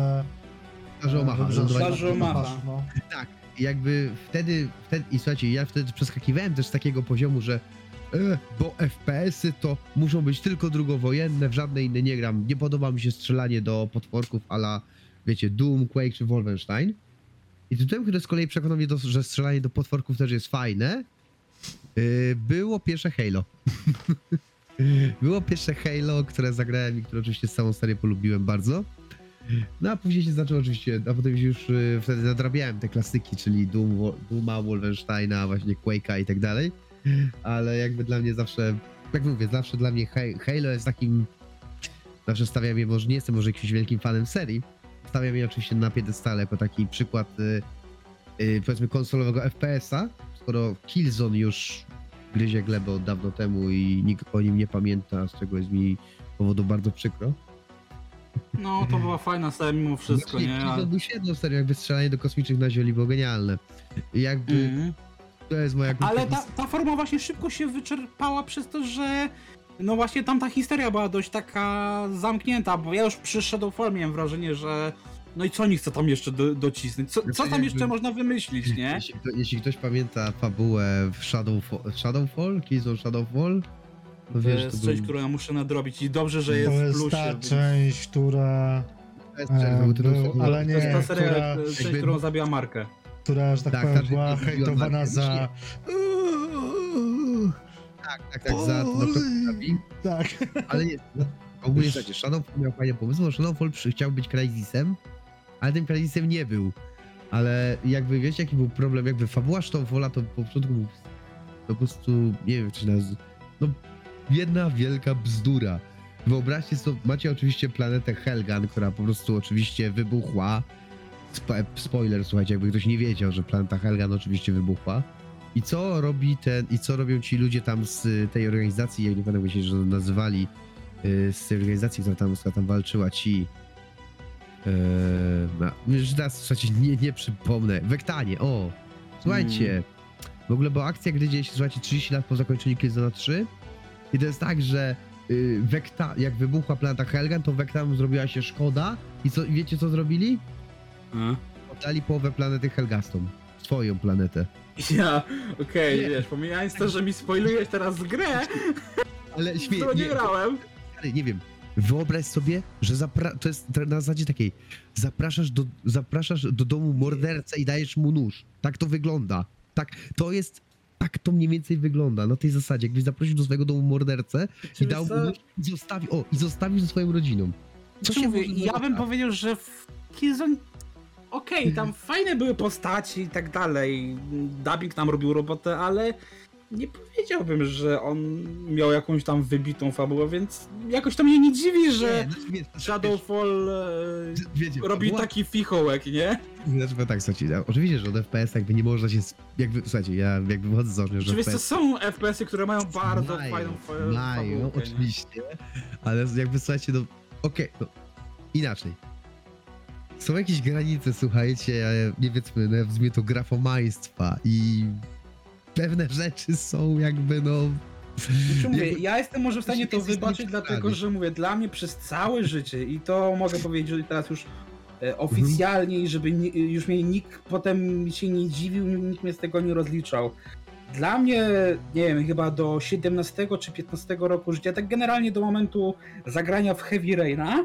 Plaży Omaha. Tak, jakby wtedy i słuchajcie, ja wtedy przeskakiwałem też z takiego poziomu, że bo FPS-y to muszą być tylko drugowojenne, w żadne inne nie gram. Nie podoba mi się strzelanie do potworków a la, wiecie, Doom, Quake czy Wolfenstein. I tytułem, który z kolei przekonał mnie, że strzelanie do potworków też jest fajne, było pierwsze Halo. Było pierwsze Halo, które zagrałem i które oczywiście całą serię polubiłem bardzo. No a później się zaczął oczywiście, a potem już wtedy nadrabiałem te klasyki, czyli Dooma, Wolfensteina, właśnie Quake'a i tak dalej. Ale jakby dla mnie zawsze, jak mówię, zawsze dla mnie Halo jest takim, zawsze stawiam je, może nie jestem może jakimś wielkim fanem serii, stawiam je oczywiście na piedestale jako taki przykład powiedzmy konsolowego FPS-a, skoro Killzone już gryzie glebę od dawno temu i nikt o nim nie pamięta, z czego jest mi powodu bardzo przykro. No, to była fajna seria mimo wszystko, Właśnie, nie? Killzone był świetną serią, jakby strzelanie do kosmicznych na zioli było genialne. I jakby to jest moja Ale ta forma właśnie szybko się wyczerpała przez to, że no właśnie tamta historia była dość taka zamknięta, bo ja już przy Shadowfall miałem wrażenie, że no i co oni chcą tam jeszcze docisnąć? Co tam jeszcze można wymyślić, nie? Jeśli ktoś pamięta fabułę w Shadowfall, Killzone Shadowfall, to wiesz, jest część, którą ja muszę nadrobić i dobrze, że jest to w jest plusie. ta część, która... ale nie, to jest ta seria, część, jakby... którą zabiła Markę. Która, że tak powiem, była hejtowana za... Tak, za to tak. Ale nie, no, ogólnie słuchajcie, Shadowfall miał fajny pomysł, bo Shadowfall chciał być Crysisem, ale tym Crysisem nie był. Ale jakby wiecie jaki był problem, jakby fabuła Shadowfalla to po początku był po prostu, nie wiem czy się nazywa, no jedna wielka bzdura. Wyobraźcie sobie, macie oczywiście planetę Helgan, która po prostu oczywiście wybuchła. Spoiler, słuchajcie, jakby ktoś nie wiedział, że planeta Helgan oczywiście wybuchła. I co robią ci ludzie tam z tej organizacji, jak nie pamiętam jak się że nazywali, z tej organizacji, która tam walczyła, ci... już teraz, słuchajcie, nie przypomnę. Wektanie, o! Słuchajcie, w ogóle była akcja, gdy dzieje się, słuchajcie, 30 lat po zakończeniu Killzone 3 i to jest tak, że jak wybuchła planeta Helgan, to Vectam zrobiła się szkoda i wiecie co zrobili? Oddali połowę planety Helgastom. Swoją planetę. Okej, wiesz, pomijając to, że mi spoilujesz teraz grę, ale to nie grałem. Ale nie wiem, wyobraź sobie, że to jest na zasadzie takiej, zapraszasz do domu mordercę i dajesz mu nóż. Tak to wygląda. Tak to mniej więcej wygląda, na tej zasadzie. Jakbyś zaprosił do swojego domu mordercę i dał mu nóż i zostawił ze swoją rodziną. Ja bym powiedział, że w Killzone okej, tam fajne były postaci i tak dalej. Dubbing tam robił robotę, ale nie powiedziałbym, że on miał jakąś tam wybitą fabułę, więc jakoś to mnie nie dziwi, że Shadowfall robi taki fichołek, nie? Znaczy, tak, słuchajcie, oczywiście, że od FPS jakby nie można się... słuchajcie, ja jakby wychodzę z założenia, że oczywiście są FPS-y, które mają bardzo fajną fabułę. Oczywiście, ale jakby słuchajcie, no okej, no inaczej. Są jakieś granice, słuchajcie, nie wiedzmy, nazwijmy to grafomaństwa i pewne rzeczy są jakby, no... Mówię, ja jestem może w stanie to wybaczyć, dlatego że mówię, dla mnie przez całe życie i to mogę powiedzieć teraz już oficjalnie i żeby już mnie nikt potem się nie dziwił, nikt mnie z tego nie rozliczał. Dla mnie, nie wiem, chyba do 17 czy 15 roku życia, tak generalnie do momentu zagrania w Heavy Raina,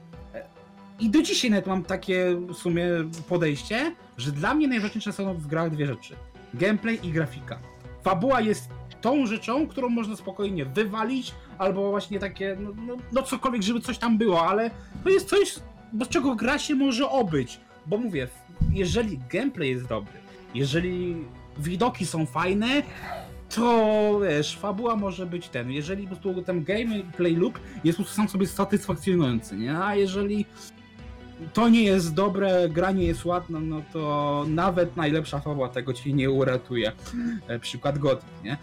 i do dzisiaj nawet mam takie w sumie podejście, że dla mnie najważniejsze są w grach dwie rzeczy. Gameplay i grafika. Fabuła jest tą rzeczą, którą można spokojnie wywalić, albo właśnie takie, no cokolwiek, żeby coś tam było, ale to jest coś, do czego gra się może obyć. Bo mówię, jeżeli gameplay jest dobry, jeżeli widoki są fajne, to wiesz, fabuła może być jeżeli po prostu ten gameplay loop jest po prostu sam sobie satysfakcjonujący, nie? A jeżeli to nie jest dobre, gra nie jest ładna, no to nawet najlepsza fabuła tego ci nie uratuje. Przykład Gothic, nie?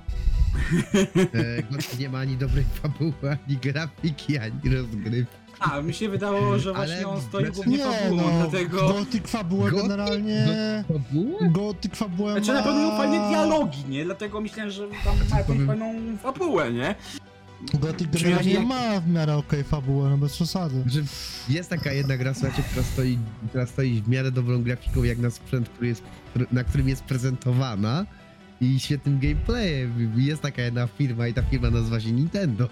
Gothic nie ma ani dobrej fabuły, ani grafiki, ani rozgrywki. A, mi się wydawało, że właśnie on stoi głównie nie, fabułą, dlatego... Gothic fabułę generalnie... Gothic fabułę Znaczy na pewno miał fajne dialogi, nie? Dlatego myślałem, że tam ma jakąś fajną fabułę, nie? Gothic generalnie ma w miarę okej fabułę, no bez przesady. Jest taka jedna gra, słuchajcie, która stoi w miarę dobrą grafiką, jak na sprzęt, na którym jest prezentowana. i świetnym gameplayem. Jest taka jedna firma i ta firma nazywa się Nintendo.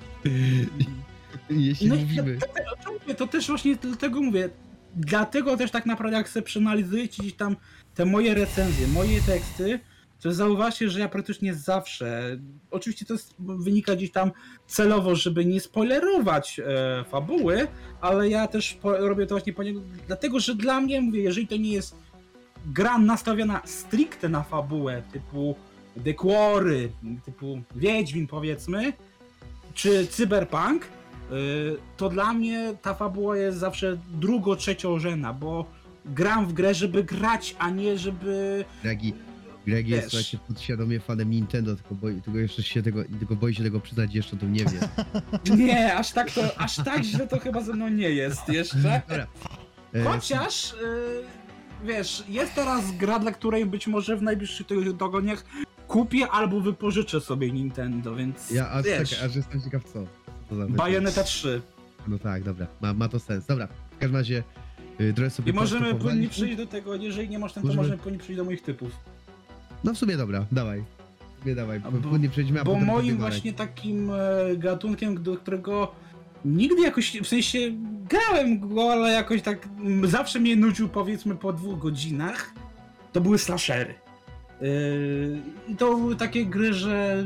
Jeśli No i mówimy... to też właśnie dlatego mówię, dlatego też tak naprawdę jak sobie przeanalizujecie gdzieś tam te moje recenzje, moje teksty, to zauważcie, że ja praktycznie zawsze, oczywiście to wynika gdzieś tam celowo, żeby nie spoilerować fabuły, ale ja też robię to właśnie dlatego, że dla mnie, mówię, jeżeli to nie jest gra nastawiona stricte na fabułę, typu The Quarry, typu Wiedźmin powiedzmy, czy Cyberpunk, to dla mnie ta fabuła jest zawsze trzeciorzędna, bo gram w grę, żeby grać, a nie żeby... Greg jest, Wiesz. słuchajcie, podświadomie fanem Nintendo, tylko jeszcze się tylko boi się tego przyznać, jeszcze to nie wie. Nie, aż tak źle to chyba ze mną nie jest jeszcze. Dobra. Chociaż, wiesz, jest teraz gra, dla której być może w najbliższych tygodniach kupię albo wypożyczę sobie Nintendo, więc Ja aż, wiesz, czekaj, aż jestem ciekaw co. To za Bayonetta 3. No tak, dobra, ma to sens. Dobra, w każdym razie trochę sobie I możemy płynnie postępowaliśmy. przejść do tego, jeżeli nie masz ten, to Możemy- możemy płynnie przejść do moich typów. No w sumie dobra, dawaj. W sumie dawaj, A bo- płynnie przejdźmy, a Bo potem moim będziemy właśnie takim gatunkiem, do którego nigdy jakoś, w sensie grałem go, ale jakoś tak zawsze mnie nudził powiedzmy po 2 godzinach, to były slashery. I to były takie gry, że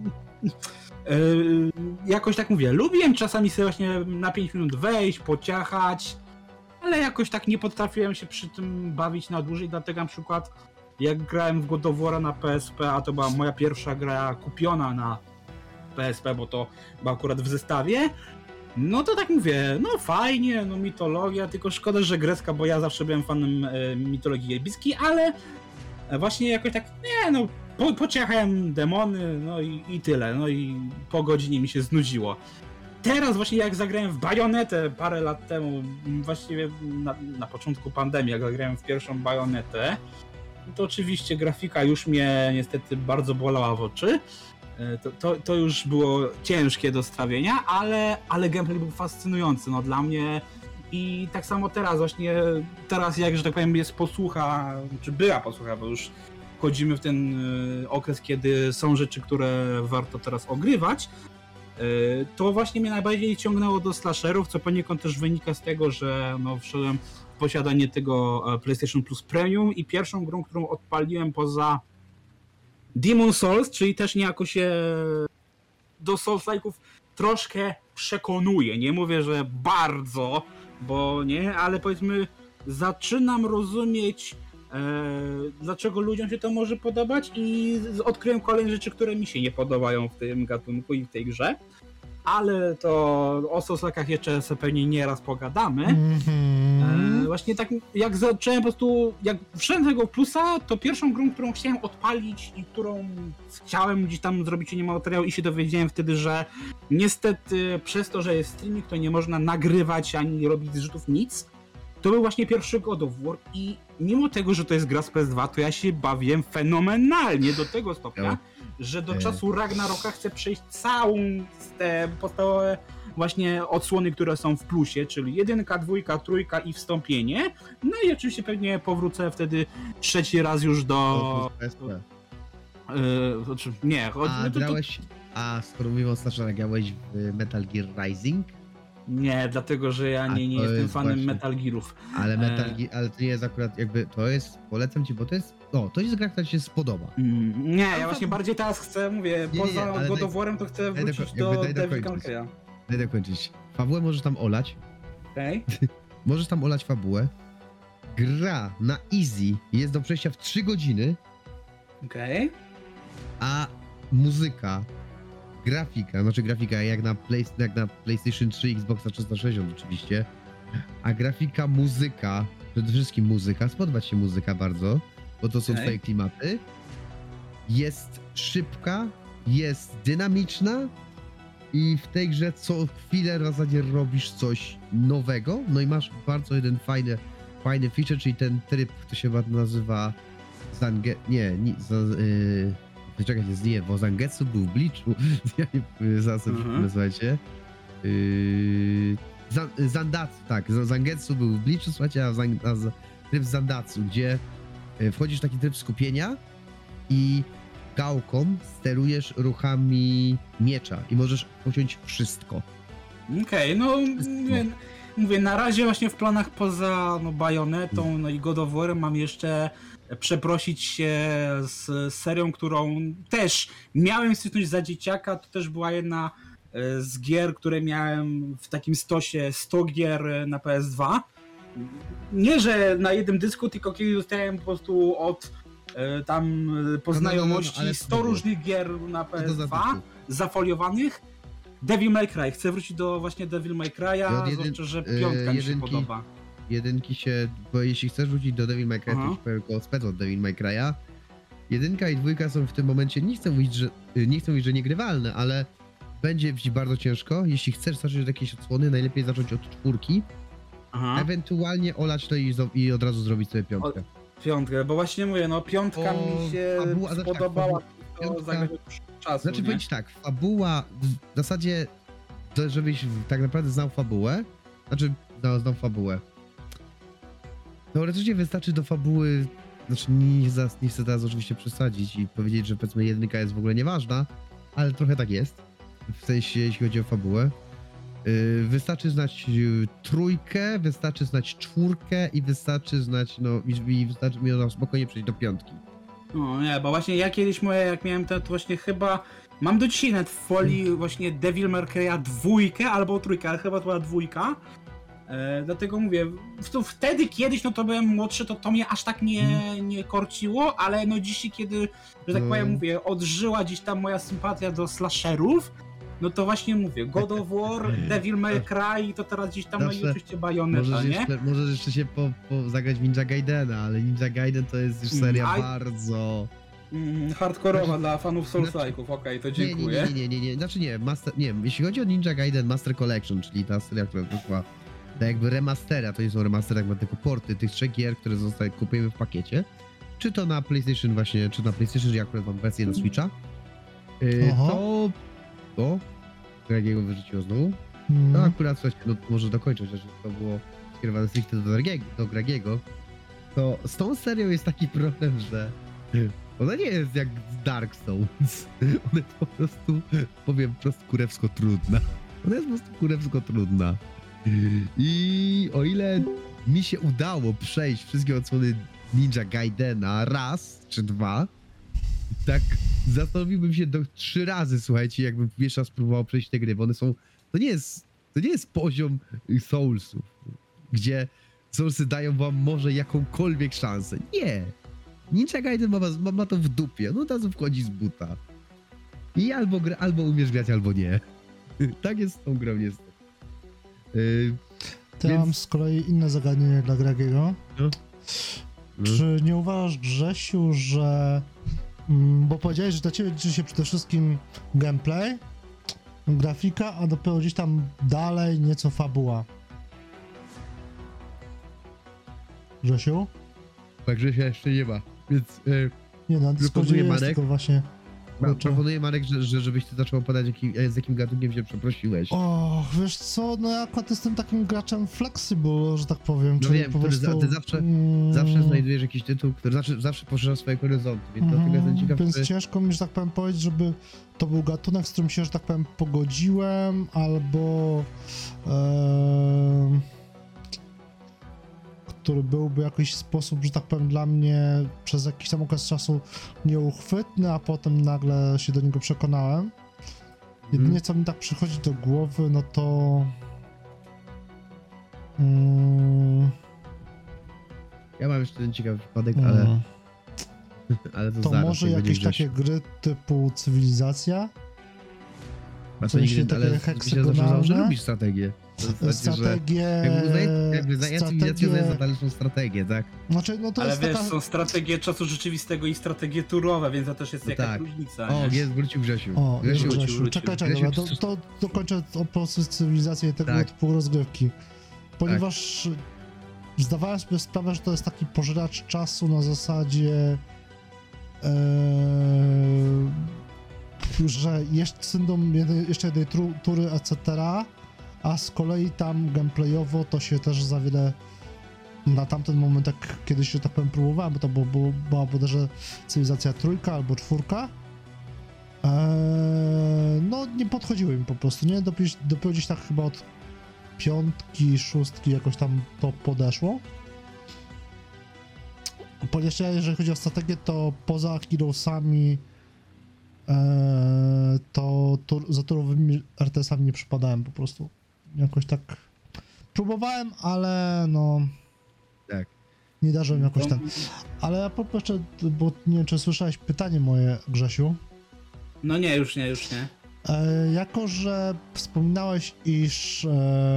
jakoś tak mówię, lubiłem czasami sobie właśnie na 5 minut wejść, pociachać, ale jakoś tak nie potrafiłem się przy tym bawić na dłużej, dlatego na przykład jak grałem w God of War'a na PSP, a to była moja pierwsza gra kupiona na PSP, bo to była akurat w zestawie, no to tak mówię, no fajnie, no mitologia, tylko szkoda, że grecka, bo ja zawsze byłem fanem mitologii egipskiej, ale właśnie jakoś tak, nie no, pociechałem demony, no i tyle, no i po godzinie mi się znudziło. Teraz właśnie jak zagrałem w Bajonetę parę lat temu, właściwie na początku pandemii, jak zagrałem w pierwszą Bajonetę, to oczywiście grafika już mnie niestety bardzo bolała w oczy. To już było ciężkie do strawienia, ale gameplay był fascynujący, no dla mnie. I tak samo teraz jak, że tak powiem, jest posłucha, czy była posłucha, bo już wchodzimy w ten okres, kiedy są rzeczy, które warto teraz ogrywać, to właśnie mnie najbardziej ciągnęło do slasherów, co poniekąd też wynika z tego, że no, wszedłem w posiadanie tego PlayStation Plus Premium i pierwszą grą, którą odpaliłem poza Demon's Souls, czyli też niejako się do Souls-like'ów troszkę przekonuje. Nie mówię, że bardzo, bo nie, ale powiedzmy zaczynam rozumieć, dlaczego ludziom się to może podobać i odkryłem kolejne rzeczy, które mi się nie podobają w tym gatunku i w tej grze. Ale to o Souls-like'ach jeszcze sobie pewnie nieraz pogadamy. Właśnie tak jak zacząłem po prostu, jak wszedłem do tego plusa, to pierwszą grą, którą chciałem odpalić i którą chciałem gdzieś tam zrobić nie ma materiału i się dowiedziałem wtedy, że niestety przez to, że jest streaming, to nie można nagrywać ani robić zrzutów nic. To był właśnie pierwszy God of War i mimo tego, że to jest gra z PS2, to ja się bawiłem fenomenalnie do tego stopnia, że do czasu Ragnaroka chcę przejść całą te podstawowe właśnie odsłony, które są w plusie, czyli 1, 2, 3 i wstąpienie. No i oczywiście pewnie powrócę wtedy 3 raz już do... PSP. Nie, A grałeś, skoro mówimy o slasherach, grałeś w Metal Gear Rising? Nie, dlatego że ja nie to jestem jest fanem właśnie- Metal Gearów. Ale ale to nie jest akurat jakby, to jest, polecam ci, bo to jest, to jest gra, która ci się spodoba. Nie, ja właśnie bardziej teraz chcę, mówię, Nie, poza ale God of War'em to chcę daj wrócić jakby do daj Devil dokończyć. May Cry'a. Daj dokończyć. Fabułę możesz tam olać, Okej? możesz tam olać fabułę. Gra na easy jest do przejścia w 3 godziny, Okej. a muzyka, grafika jak na PlayStation 3, Xboxa 360 oczywiście, a grafika, muzyka, przede wszystkim muzyka, spodoba ci się muzyka bardzo, bo to są Okej. twoje klimaty, jest szybka, jest dynamiczna i w tej grze co chwilę w zasadzie robisz coś nowego, no i masz bardzo jeden fajny feature, czyli ten tryb, to się nazywa czekajcie, bo Zangetsu był w Bleachu. Ja nie zaraz słuchajcie. Zandatsu, tak. Zangetsu był w Bleachu, słuchajcie, a tryb Zandatsu, gdzie wchodzisz w taki tryb skupienia i gałką sterujesz ruchami miecza i możesz pociąć wszystko. Okej, no mówię, na razie właśnie w planach poza Bajonetą, no i God of War mam jeszcze przeprosić się z serią, którą też miałem styczność za dzieciaka, to też była jedna z gier, które miałem w takim stosie 100 gier na PS2. Nie, że na jednym dysku, tylko kiedy dostałem po prostu od tam po znajomości ale 100 różnych gier na Co to za PS2 tytuł? zafoliowanych. Devil May Cry. Chcę wrócić do właśnie Devil May Cry'a, zwłaszcza, że piątka mi się jedynki- podoba. Jedynki się, bo jeśli chcesz wrócić do Devil May Cry, Aha. to ci powiem tylko spec od Devil May Cry'a. Jedynka i dwójka są w tym momencie, nie chcę mówić, że niegrywalne, ale będzie ci bardzo ciężko. Jeśli chcesz zacząć od jakiejś odsłony, najlepiej zacząć od czwórki, Aha. ewentualnie olać to i od razu zrobić sobie piątkę. Piątkę, bo właśnie mówię, piątka mi się fabuła, znaczy tak, spodobała, piątka- to zagrać czasu, Znaczy nie? powiedzieć tak, fabuła, w zasadzie, żebyś tak naprawdę znał fabułę, znał fabułę. Teoretycznie wystarczy do fabuły, znaczy nie chcę teraz oczywiście przesadzić i powiedzieć, że powiedzmy jedynka jest w ogóle nieważna, ale trochę tak jest, w sensie jeśli chodzi o fabułę. Wystarczy znać trójkę, wystarczy znać czwórkę i wystarczy znać, wystarczy mi ona spokojnie przejść do piątki. No nie, bo właśnie ja kiedyś jak miałem to właśnie chyba, mam do dzisiaj nawet w folii właśnie Devil May Cry'a dwójkę albo trójkę, ale chyba to była dwójka. Dlatego mówię, wtedy kiedyś, to byłem młodszy, to mnie aż tak nie korciło, ale dzisiaj, kiedy, że tak powiem, mówię, odżyła gdzieś tam moja sympatia do slasherów, no to właśnie mówię, God of War, Devil May Cry i to teraz gdzieś tam, no i oczywiście Bayonetta, nie? Możesz jeszcze się zagrać w Ninja Gaidena, ale Ninja Gaiden to jest już seria bardzo... Hardkorowa dla fanów Soulslike'ów, okej, to dziękuję. Nie, znaczy nie, jeśli chodzi o Ninja Gaiden Master Collection, czyli ta seria, która wyszła, tak jakby remastera, to nie są remastery, jakby tylko porty tych 3 gier, które kupujemy w pakiecie, czy to na PlayStation właśnie, czy na PlayStation, ja akurat mam wersję na Switcha, to Gragiego wyrzuciło znowu. No akurat, słuchajcie, może dokończę, że to było skierowane stricte do Gragiego, to z tą serią jest taki problem, że ona nie jest jak Dark Souls. Ona jest po prostu, powiem prosto, kurewsko trudna. Ona jest po prostu kurewsko trudna. I o ile mi się udało przejść wszystkie odsłony Ninja Gaidena raz czy dwa, tak zastanowiłbym się 3 razy, słuchajcie, jakbym pierwszy raz próbował przejść te gry, bo one są... To nie jest poziom Soulsów, gdzie Soulsy dają wam może jakąkolwiek szansę. Nie! Ninja Gaiden ma to w dupie, no od razu wchodzi z buta. I albo umiesz grać, albo nie. Tak jest z tą grą niestety. Ja mam z kolei inne zagadnienie dla Gragiego. No. Czy nie uważasz, Grzesiu, że... Bo powiedziałeś, że dla ciebie liczy się przede wszystkim gameplay, grafika, a dopiero gdzieś tam dalej nieco fabuła. Grzesiu? Tak, że się jeszcze nie ma, więc... Nie, na Discordzie jest, Marek. tylko właśnie... Proponuję, Marek, żebyś ty zaczął opowiadać, z jakim gatunkiem się przeprosiłeś. O, wiesz co, ja akurat jestem takim graczem flexible, że tak powiem, No czyli wiem, po prostu... ty zawsze znajdujesz jakiś tytuł, który zawsze poszerza swoje horyzonty, więc dlatego jestem ciekaw, Więc ciężko mi, że tak powiem, powiedzieć, żeby to był gatunek, z którym się, że tak powiem, pogodziłem, albo... który byłby w jakiś sposób, że tak powiem, dla mnie przez jakiś tam okres czasu nieuchwytny, a potem nagle się do niego przekonałem. Jedynie co mi tak przychodzi do głowy, no to... Ja mam jeszcze ten ciekawy przypadek, ale to to zaraz. może jakieś takie gry typu Cywilizacja? A w to sensie nigdy, takie ale heksagonalne? że lubisz strategię. Strategie... Ja cywilizację uznaję za dalszą strategię, tak? Znaczy, no to Ale jest wiesz, taka... są strategie czasu rzeczywistego i strategie turowe, więc to też jest No jakaś tak. różnica. O, nie? wrócił Grzesiu. O, Grzesiu, wrócił. Czekaj, Grzesiu, dobra, to dokończę o prostu cywilizację i tego Tak. typu rozgrywki. Ponieważ zdawałem sobie sprawę, że to jest taki pożeracz czasu na zasadzie że jest syndrom jeszcze jednej tury, etc., a z kolei tam gameplayowo to się też za wiele na tamten moment, jak kiedyś, że tak powiem, próbowałem, bo to była bodajże Cywilizacja 3 albo 4, No, nie podchodziły mi po prostu, nie? Dopiero gdzieś tak chyba od 5., 6 jakoś tam to podeszło. Ponieważ jeżeli chodzi o strategię, to poza Heroesami to za turowymi RTS-ami nie przypadałem po prostu. Jakoś tak próbowałem, ale no... Tak. Nie darzyłem jakoś tam. Ale a propos jeszcze, bo nie wiem, czy słyszałeś pytanie moje, Grzesiu? No nie, już nie. Jako, że wspominałeś, iż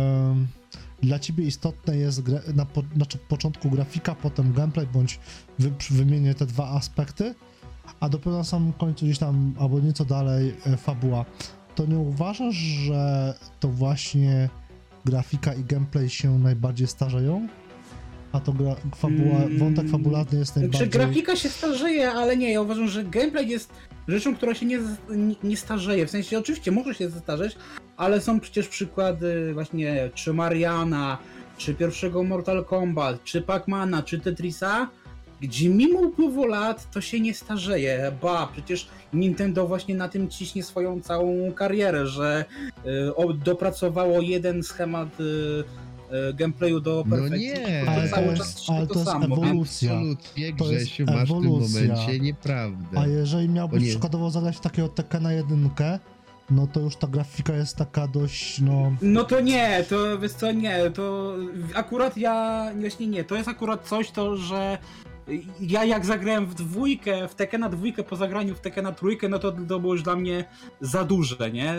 dla ciebie istotne jest na początku grafika, potem gameplay, bądź wymienię te dwa aspekty, a dopiero na samym końcu gdzieś tam, albo nieco dalej, fabuła, to nie uważasz, że to właśnie grafika i gameplay się najbardziej starzeją? A to wątek fabularny jest najbardziej... Grafika się starzeje, ale nie, ja uważam, że gameplay jest rzeczą, która się nie starzeje. W sensie oczywiście może się zestarzeć, ale są przecież przykłady właśnie czy Mariana, czy pierwszego Mortal Kombat, czy Pac-Mana, czy Tetrisa, gdzie mimo upływu lat to się nie starzeje. Ba, przecież Nintendo właśnie na tym ciśnie swoją całą karierę, że dopracowało jeden schemat gameplayu do perfekcji. No nie, ale cały to czas jest, się ale to jest samo, więc- ewolucja. Absolutnie, To jest Grzesiu, masz w tym ewolucja. momencie nieprawdę. A jeżeli miałbyś O nie. przykładowo zagrać w takiego Tekkena 1, no to już ta grafika jest taka dość, no... No to nie, to wiesz co, nie, to akurat właśnie nie, to jest akurat coś to, że ja jak zagrałem w Tekkena 2 po zagraniu w Tekkena 3, no to było już dla mnie za duże, nie?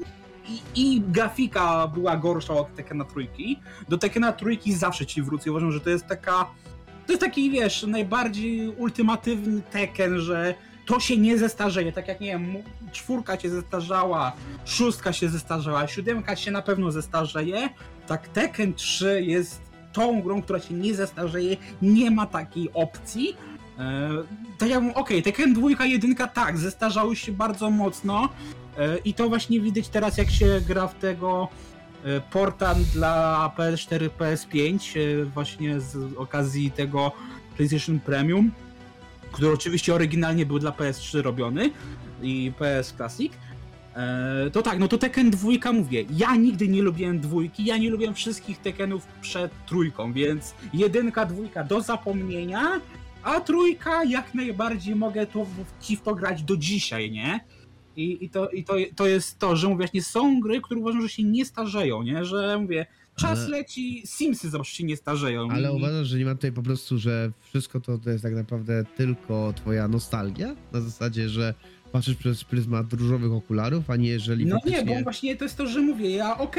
I grafika była gorsza od Tekkena 3. Do Tekkena 3 zawsze ci wrócę, uważam, że to jest taki, wiesz, najbardziej ultimatywny Tekken, że to się nie zestarzeje, tak jak, nie wiem, 4 się zestarzała, 6 się zestarzała, 7 się na pewno zestarzeje, tak Tekken 3 jest tą grą, która się nie zestarzeje, nie ma takiej opcji. Tak jak mówię, okej, Tekken 2, 1, tak, zestarzały się bardzo mocno i to właśnie widać teraz, jak się gra w tego porta dla PS4, PS5, właśnie z okazji tego PlayStation Premium, który oczywiście oryginalnie był dla PS3 robiony i PS Classic, to tak, no to Tekken 2 mówię, ja nigdy nie lubiłem 2, ja nie lubiłem wszystkich Tekkenów przed 3, więc 1, 2 do zapomnienia, a 3 jak najbardziej mogę w to grać do dzisiaj, nie? I to jest to, że mówię, właśnie są gry, które uważam, że się nie starzeją, nie? Że mówię, czas leci, Simsy zobaczcie się nie starzeją. Ale uważasz, że nie ma tutaj po prostu, że wszystko to jest tak naprawdę tylko twoja nostalgia? Na zasadzie, że patrzysz przez pryzmat różowych okularów, a nie jeżeli No faktycznie... nie, bo właśnie to jest to, że mówię,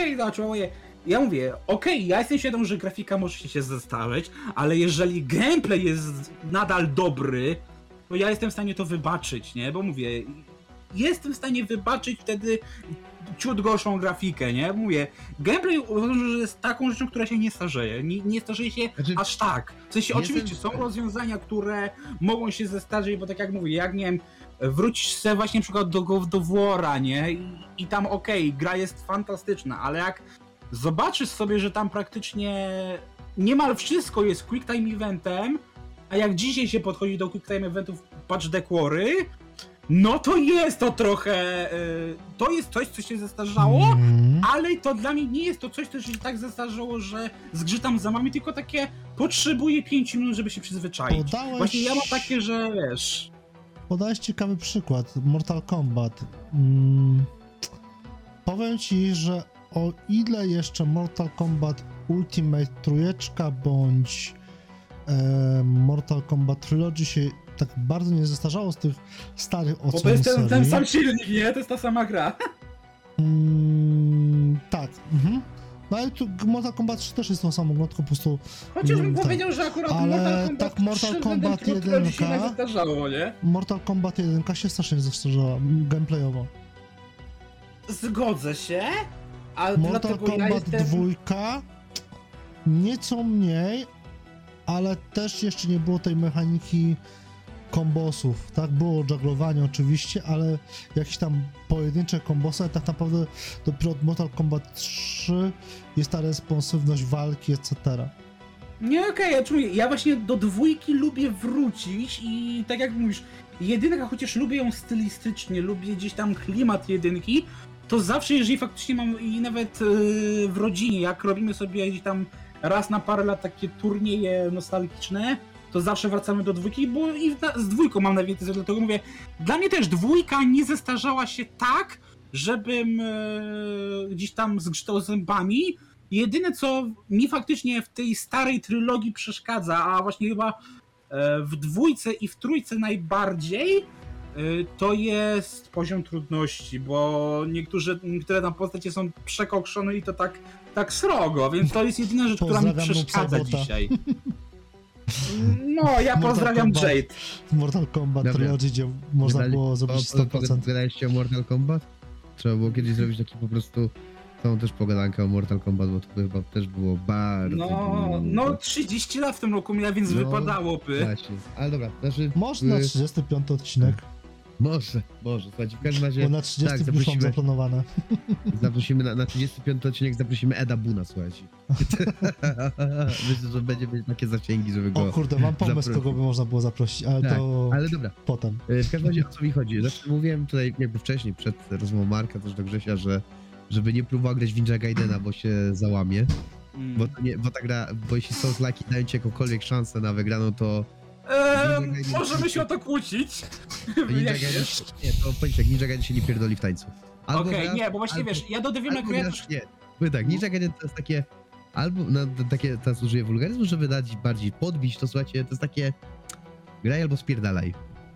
ja mówię, ja jestem świadom, że grafika może się zestarzeć, ale jeżeli gameplay jest nadal dobry, to ja jestem w stanie to wybaczyć, nie? Bo mówię, jestem w stanie wybaczyć wtedy ciut gorszą grafikę, nie? Mówię, gameplay uważam, że jest taką rzeczą, która się nie starzeje. Nie starzeje się aż tak. W sensie oczywiście są rozwiązania, które mogą się zestarzeć, bo tak jak mówię, jak nie wiem, wrócisz sobie właśnie na przykład do Wora, nie? I tam okej, gra jest fantastyczna, ale jak zobaczysz sobie, że tam praktycznie niemal wszystko jest quick time eventem, a jak dzisiaj się podchodzi do quick time eventów patch decory, no to jest to trochę, to jest coś, co się zestarzało, ale to dla mnie nie jest to coś, co się tak zestarzało, że zgrzytam zębami, tylko takie potrzebuję 5 minut, żeby się przyzwyczaić. Właśnie ja mam takie, że wiesz... Podałeś ciekawy przykład, Mortal Kombat. Powiem ci, że o ile jeszcze Mortal Kombat Ultimate trójeczka bądź Mortal Kombat Trilogy się tak bardzo nie zestarzało z tych starych odsłon Bo to jest serii. ten sam silnik, nie? To jest ta sama gra. Tak. No ale tu Mortal Kombat 3 też jest tą samą grą, tylko po prostu... Chociaż bym powiedział, że akurat ale Mortal Kombat tak, Mortal 3 Kombat 1 się nie zestarzało, nie? Mortal Kombat 1 się strasznie zestarzała gameplayowo. Zgodzę się, ale Mortal dlatego Kombat ja jestem... 2 nieco mniej, ale też jeszcze nie było tej mechaniki kombosów, tak? Było jugglowanie oczywiście, ale jakieś tam pojedyncze kombosy, tak naprawdę dopiero od Mortal Kombat 3 jest ta responsywność walki, etc. Nie, okej, ja czuję, ja właśnie do 2 lubię wrócić i tak jak mówisz, jedynka, chociaż lubię ją stylistycznie, lubię gdzieś tam klimat jedynki, to zawsze, jeżeli faktycznie mam i nawet w rodzinie, jak robimy sobie gdzieś tam raz na parę lat takie turnieje nostalgiczne, to zawsze wracamy do 2, bo i z 2 mam najwięcej, dlatego mówię, dla mnie też 2 nie zestarzała się tak, żebym gdzieś tam zgrzytał zębami. Jedyne, co mi faktycznie w tej starej trylogii przeszkadza, a właśnie chyba w 2 i w 3 najbardziej, to jest poziom trudności, bo niektóre tam postacie są przekokszone i to tak srogo, więc to jest jedyna rzecz, która mi Pozdrawiam przeszkadza Noobsabota. dzisiaj. No, ja pozdrawiam Kombat. Jade. Mortal Kombat Dobra. Trilogy, gdzie można było zrobić 100%. Gadaliście o Mortal Kombat? Trzeba było kiedyś zrobić taki po prostu całą też pogadankę o Mortal Kombat, bo to chyba też było bardzo No 30 lat w tym roku miała, więc No, wypadałoby. Właśnie, ale dobra, znaczy... Można 35 odcinek, Może, słuchajcie, w każdym razie... bo na 30 tak, już mam zaplanowane. Zaprosimy na 35 odcinek, zaprosimy Eda Buna, słuchajcie. Myślę, że będzie mieć takie zasięgi, żeby go... O kurde, mam pomysł, zaprosić. kogo by można było zaprosić, ale Tak, to ale dobra. potem. W każdym razie o co mi chodzi? Znaczy mówiłem tutaj jakby wcześniej, przed rozmową Marka też do Grzesia, że żeby nie próbował grać w Ninja Gaidena, bo się załamie. Bo ta gra, bo jeśli Souls-like dają ci jakąkolwiek szansę na wygraną, to Możemy się o to kłócić. Ninja Jak Gaiden... wiesz. Nie, to powiedz tak, Ninja Gaiden się nie pierdoli w tańcu. Albo Okej, grasz, nie, bo właśnie albo- wiesz, ja do Devil May albo Cry grasz, nie. Bo tak, Ninja Gaiden to jest takie... Albo, takie, teraz użyję wulgaryzmu, żeby dać bardziej podbić, to słuchajcie, to jest takie... Graj albo spierdalaj.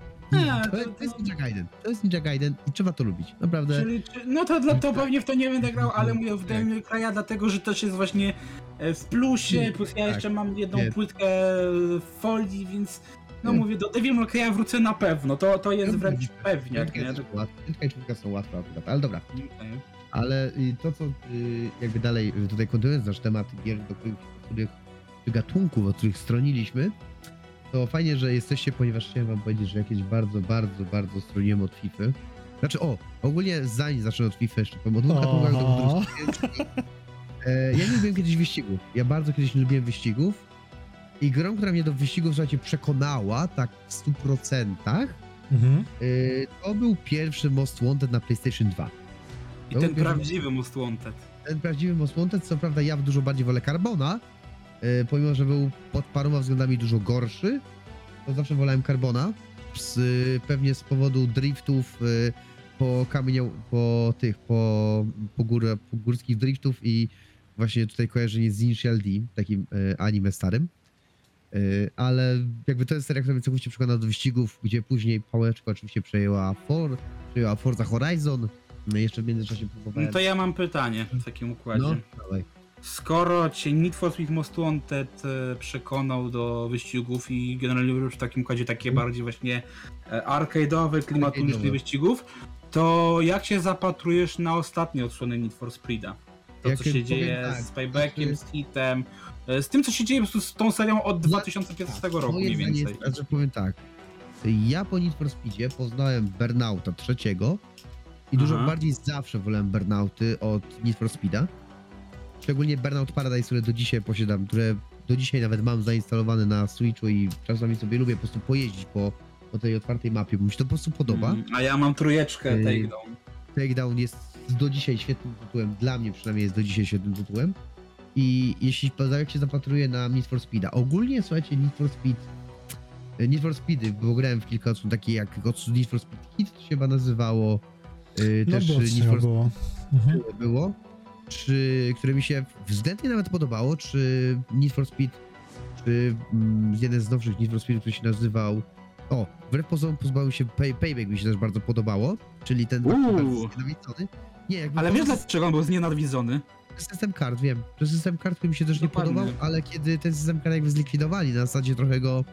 To jest Ninja Gaiden. To jest Ninja Gaiden i trzeba to lubić. Naprawdę. No to pewnie w to nie będę grał, ale mówię w Devil May Cry, dlatego że też jest właśnie w plusie, plus ja jeszcze mam jedną Nie. płytkę folii, więc no Nie. mówię, do Devil May Cry wrócę na pewno, to jest wręcz pewniak, nie? Piątka i czwórka są łatwe akurat, ale dobra. Okej. Ale to, co jakby dalej, tutaj kontynuując nasz temat gier, czy gatunków, od których stroniliśmy, to fajnie, że jesteście, ponieważ chciałem wam powiedzieć, że jakieś bardzo stroniłem od FIFA. Znaczy, ogólnie zanim zacznę od FIFA, jeszcze powiem o dwóch gatunkach, do których stroniłem. Ja nie lubiłem kiedyś wyścigów. Ja bardzo kiedyś nie lubiłem wyścigów. I grą, która mnie do wyścigów, słuchajcie, przekonała, tak w 100%, to był pierwszy Most Wanted na PlayStation 2. I To ten był pierwszy- prawdziwy Most Wanted. Ten prawdziwy Most Wanted, co prawda ja dużo bardziej wolę Carbona, pomimo, że był pod paroma względami dużo gorszy, to zawsze wolałem Carbona, pewnie z powodu driftów po kamieniu, po górskich driftów i właśnie tutaj kojarzenie z Initial D, takim anime starym. Ale jakby to jest seria, która mnie całkowicie przekonała do wyścigów, gdzie później pałeczka oczywiście przejęła Forza Horizon, jeszcze w międzyczasie próbowałem... No to ja mam pytanie w takim układzie. No, dawaj. Skoro cię Need for Speed Most Wanted przekonał do wyścigów i generalnie już w takim układzie takie bardziej właśnie arcade'owe, klimatyczne wyścigów, to jak się zapatrujesz na ostatnie odsłony Need for Speed'a? To Jak co się powiem dzieje tak, z Paybackiem, znaczy- z Hitem, z tym co się dzieje po prostu z tą serią od 2015 roku Moje mniej zdanie więcej. jest, że powiem tak, ja po Need for Speedzie poznałem Burnouta trzeciego i dużo Aha. bardziej zawsze wolałem Burnouty od Need for Speeda. Szczególnie Burnout Paradise, które do dzisiaj posiadam, które do dzisiaj nawet mam zainstalowane na Switchu i czasami sobie lubię po prostu pojeździć po tej otwartej mapie, bo mi się to po prostu podoba. A ja mam trójeczkę Takedown. Takedown jest do dzisiaj świetnym tytułem, dla mnie przynajmniej jest do dzisiaj świetnym tytułem. I jeśli jak się zapatruje na Need for Speed'a, ogólnie słuchajcie, Need for Speedy, bo grałem w kilka odsłon, takie jak Need for Speed Hit to się chyba nazywało, No też bo Need for było. Mhm. było, które mi się względnie nawet podobało, czy Need for Speed, czy jeden z nowszych Need for Speed, który się nazywał, wbrew pozorom pozbawił się Payback, mi się też bardzo podobało, czyli ten taki znienawidzony. Nie, jakby Ale to wiesz jest dlaczego on był znienawidzony? system kart, wiem, że system kart, który mi się też Dokładnie. nie podobał, ale kiedy ten system kart jakby zlikwidowali, na zasadzie trochę go,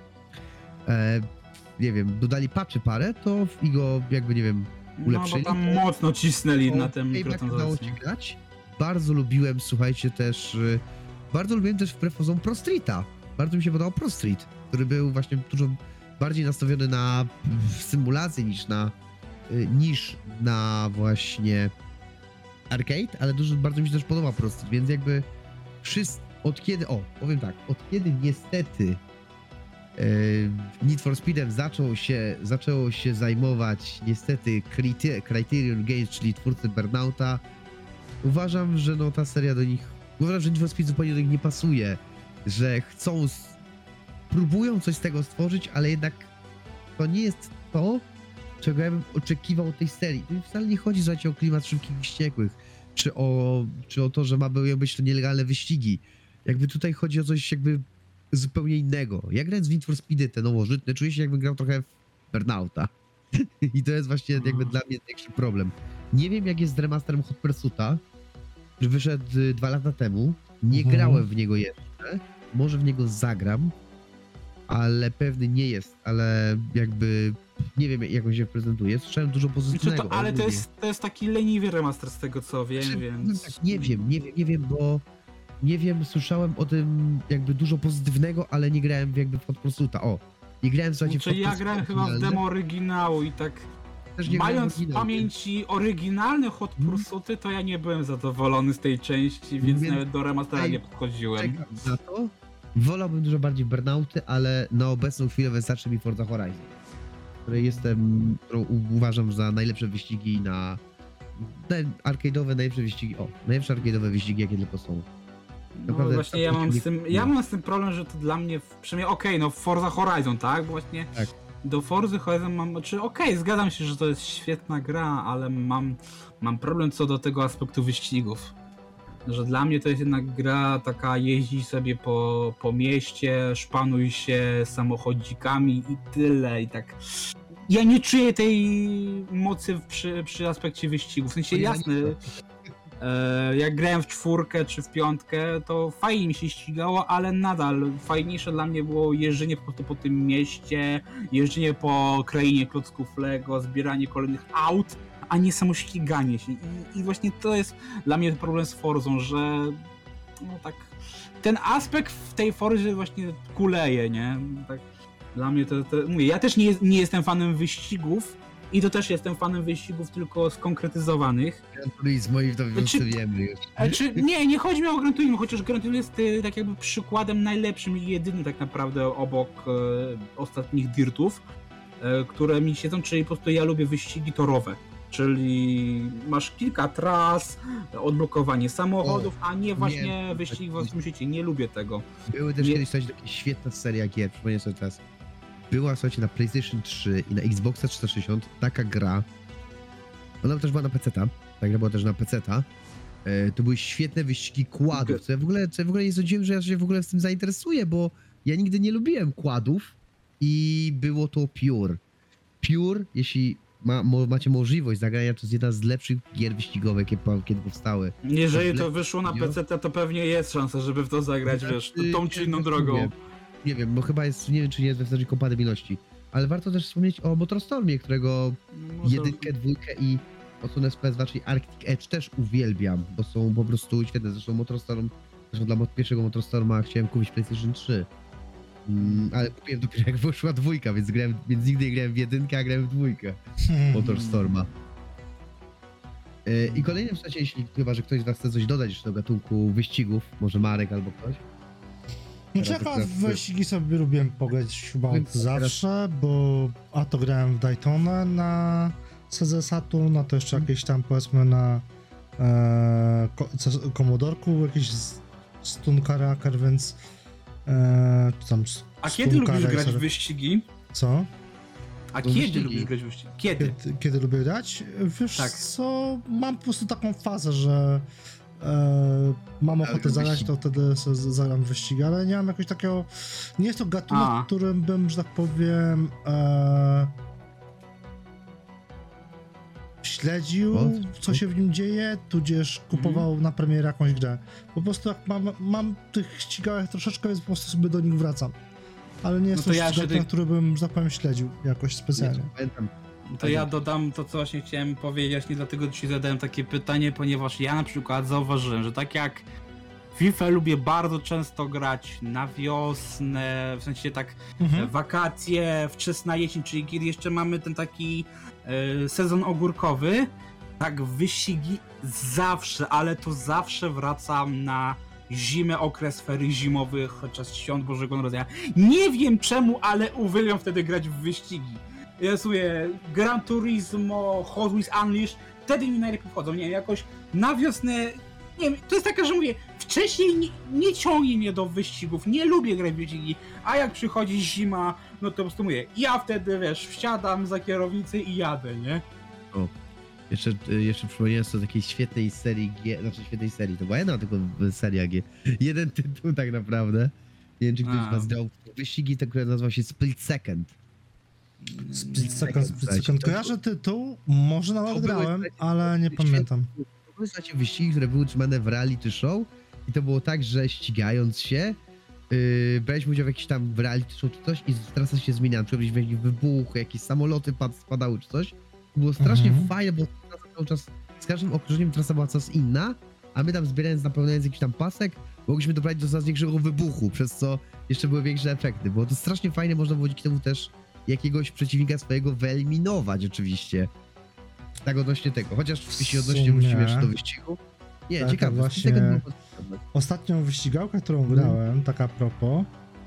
nie wiem, dodali patchy parę, to i go jakby, nie wiem, No ulepszyli. bo tam mocno cisnęli na tym Payback udało mikrotransakcje. się grać. Bardzo lubiłem, słuchajcie, też wbrew pozorom Pro Streeta. Bardzo mi się podobał Pro Street, który był właśnie dużo bardziej nastawiony na symulację niż na właśnie arcade, ale bardzo mi się też podoba Pro Street, więc jakby od kiedy niestety Need for Speedem zaczęło się zajmować niestety Criterion Games, czyli twórcy Burnouta, uważam, że ta seria do nich, uważam, że Need for Speed zupełnie do nich nie pasuje, że próbują coś z tego stworzyć, ale jednak to nie jest to, czego ja bym oczekiwał od tej serii. Tu wcale nie chodzi, słuchajcie, o klimat Szybkich i Wściekłych, czy o to, że mają być to nielegalne wyścigi. Jakby tutaj chodzi o coś jakby zupełnie innego. Ja grając w Need for Speedy te nowożytne, czuję się, jakbym grał trochę w Burnouta. I to jest właśnie jakby dla mnie największy problem. Nie wiem, jak jest z remasterem Hot Pursuita, który wyszedł 2 lata temu. Nie grałem w niego jeszcze. Może w niego zagram, ale pewny nie jest, ale jakby nie wiem, jak on się prezentuje. Słyszałem dużo pozytywnego. Ale to jest taki leniwy remaster z tego, co wiem, więc... Tak, nie wiem, bo nie wiem, słyszałem o tym jakby dużo pozytywnego, ale nie grałem jakby w Hot Pursuita. Nie grałem, słuchajcie, w Hot ja grałem chyba w demo oryginału i tak mając w pamięci oryginalne Hot Pursuity, to ja nie byłem zadowolony z tej części, więc nawet do remastera nie podchodziłem. Czekam na to. Wolałbym dużo bardziej Burnouty, ale na obecną chwilę wystarczy mi Forza Horizon, którą uważam za najlepsze wyścigi arcade'owe, najlepsze arcade'owe wyścigi, jakie tylko są. Naprawdę, właśnie ja mam z tym problem, że to dla mnie, przynajmniej Forza Horizon, tak? Bo właśnie tak. Do Forzy Horizon zgadzam się, że to jest świetna gra, ale mam problem co do tego aspektu wyścigów. Że dla mnie to jest jednak gra taka, jeździ sobie po mieście, szpanuj się samochodzikami i tyle, i tak. Ja nie czuję tej mocy przy aspekcie wyścigów, w sensie jasne, jak grałem w 4 czy w 5, to fajnie mi się ścigało, ale nadal fajniejsze dla mnie było jeżdżenie po prostu po tym mieście, jeżdżenie po krainie klocków Lego, zbieranie kolejnych aut, a nie samo ściganie się. I właśnie to jest dla mnie problem z Forzą, że tak ten aspekt w tej Forzie właśnie kuleje, nie? Tak dla mnie to mówię, ja też nie jestem fanem wyścigów i to też jestem fanem wyścigów tylko skonkretyzowanych. Gran Turismo i to wiemy już. Nie chodzi mi o Gran Turismo, chociaż Gran Turismo jest tak jakby przykładem najlepszym i jedynym tak naprawdę obok ostatnich dirtów, które mi siedzą, czyli po prostu ja lubię wyścigi torowe. Czyli masz kilka tras, odblokowanie samochodów, a nie właśnie wyścigi w własnym życiu. Nie lubię tego. Były też kiedyś taka świetna seria gier, przypomnę sobie teraz. Była, słuchajcie, na PlayStation 3 i na Xboxa 360 taka gra. Ona też była na PC-ta. Ta gra była też na PC-ta. To były świetne wyścigi quadów, co ja w ogóle nie sądziłem, że ja się w ogóle z tym zainteresuję, bo ja nigdy nie lubiłem quadów i było to Pure. Pure, jeśli macie możliwość zagrania, to jest jedna z lepszych gier wyścigowych, kiedy powstały. Jeżeli to wyszło na PC, to pewnie jest szansa, żeby w to zagrać, wiesz, tą czy inną drogą. Nie wiem, bo chyba jest, nie wiem, czy nie jest we wstępnej kompatybilności. Ale warto też wspomnieć o Motorstormie, którego 1, 2 i odsłonę z PS2, czyli Arctic Edge też uwielbiam, bo są po prostu świetne. Zresztą dla pierwszego Motorstorma chciałem kupić PlayStation 3. Ale kupiłem dopiero jak wyszła 2, więc nigdy nie grałem w 1, a grałem w 2 Motorstorma. I kolejnym w sensie, chyba że ktoś z was chce coś dodać jeszcze do gatunku wyścigów, może Marek albo ktoś. W wyścigi sobie lubiłem pograć chyba od zawsze, bo to grałem w Daytona na CZ Saturn, to jeszcze jakieś tam powiedzmy na Commodorku, jakiś Stunker, więc tam a kiedy lubisz grać w wyścigi? Co? A kiedy lubisz grać w wyścigi? Kiedy lubię grać? Wiesz tak. Co, mam po prostu taką fazę, że mam ochotę zagrać, to wtedy zagram wyścigi, ale nie mam jakiegoś takiego, nie jest to gatunek, którym bym, że tak powiem, śledził, co się w nim dzieje, tudzież kupował na premierę jakąś grę. Po prostu jak mam tych ścigałek troszeczkę, więc po prostu sobie do nich wracam. Ale nie jest to gatunek, który bym, że tak powiem, śledził jakoś specjalnie. To ja dodam to, co właśnie chciałem powiedzieć, nie dlatego ci zadałem takie pytanie, ponieważ ja na przykład zauważyłem, że tak jak FIFA lubię bardzo często grać na wiosnę, w sensie tak wakacje, wczesna jesień, czyli kiedy jeszcze mamy ten taki sezon ogórkowy, tak wyścigi zawsze, ale to zawsze wracam na zimę, okres ferii zimowych, chociaż świąt Bożego Narodzenia. Nie wiem czemu, ale uwielbiam wtedy grać w wyścigi. Ja sobie Gran Turismo, Hot Wheels Unleashed, wtedy mi najlepiej wchodzą, nie wiem, jakoś na wiosnę, nie wiem, to jest taka, że mówię, wcześniej nie ciągnie mnie do wyścigów, nie lubię grać w wyścigi, a jak przychodzi zima, no to po prostu mówię, ja wtedy, wiesz, wsiadam za kierownicę i jadę, nie? Jeszcze przypomniałem sobie o takiej świetnej serii G, znaczy świetnej serii, to była jedna tylko seria G. Jeden tytuł tak naprawdę. Nie wiem, czy ktoś z was grał w wyścigi, który nazywał się Split Second. Split Second. Kojarzę tytuł, może nawet To były grałem, takie- ale nie pamiętam. To były słuchajcie wyścigi, które były utrzymane w reality show i to było tak, że ścigając się, braliśmy udział w jakimś tam reality show czy coś i trasa się zmieniała, czy jakiś wybuch, jakieś samoloty spadały czy coś. To było strasznie fajne, bo trasa cały czas, z każdym okrążeniem trasa była coraz inna, a my tam zbierając, napełniając jakiś tam pasek, mogliśmy doprowadzić do coraz większego wybuchu, przez co jeszcze były większe efekty. Było to strasznie fajne, można było dzięki temu też jakiegoś przeciwnika swojego wyeliminować oczywiście. Tak odnośnie tego, chociaż jeśli odnośnie wrócimy jeszcze do wyścigu. Nie, Tak, ciekawe, właśnie. Split Second był potrzebny. Ostatnią wyścigałkę, którą grałem, tak a propos,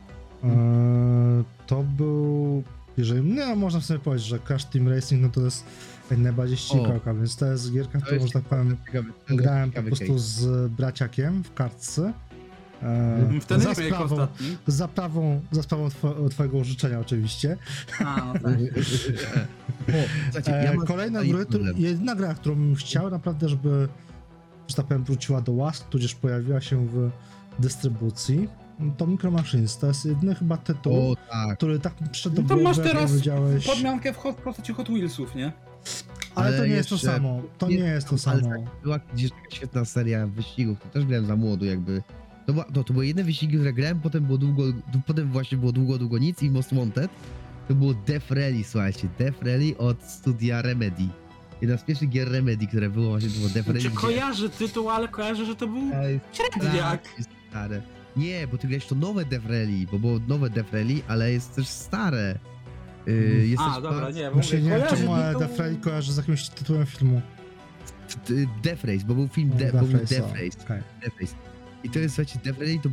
to był, jeżeli, no można w sobie powiedzieć, że Crash Team Racing, no to jest najbardziej ścigałka, więc to jest gierka, To którą, jest że tak powiem, ciekawy grałem po case. prostu z braciakiem w kartce. Wtedy za nie jako sprawą, ostatni. za sprawą twojego życzenia oczywiście. A, no tak. Słuchajcie, ja mam Kolejna tutaj gra, problem. jedyna gra, którą bym chciał naprawdę, żeby, że tak powiem, wróciła do łask, tudzież pojawiła się w dystrybucji, to Micro Machines. To jest jedyny chyba tytuł, O tak, który tak przed No to masz jak teraz powiedziałeś, podmiankę w postaci Hot Wheelsów, nie? ale to ale nie jest to jeszcze- samo. To nie jest to ale samo. tak, była gdzieś taka świetna seria wyścigów, to też grałem za młodu jakby. To były jedne wyścigi, które grałem, potem właśnie było długo nic i Most Wanted. To było Death Rally, słuchajcie, Death Rally od studia Remedy. Jedna z pierwszych gier Remedy, które było właśnie, to było Death Rally. Czy gdzie- kojarzę tytuł, ale kojarzę, że to był Tak, średniak. jest stare. Nie, bo ty grałeś to nowe Death Rally, bo było nowe Death Rally, ale jest też stare. Jest A, też dobra, nie, bo Właśnie mówię, nie wiem, kojarzę czemu, ale tytuł- Death Rally kojarzy z jakimś tytułem filmu. Death Race, bo był film No, Death Race. okej. Death Race. I to jest, słuchajcie, Death Rally to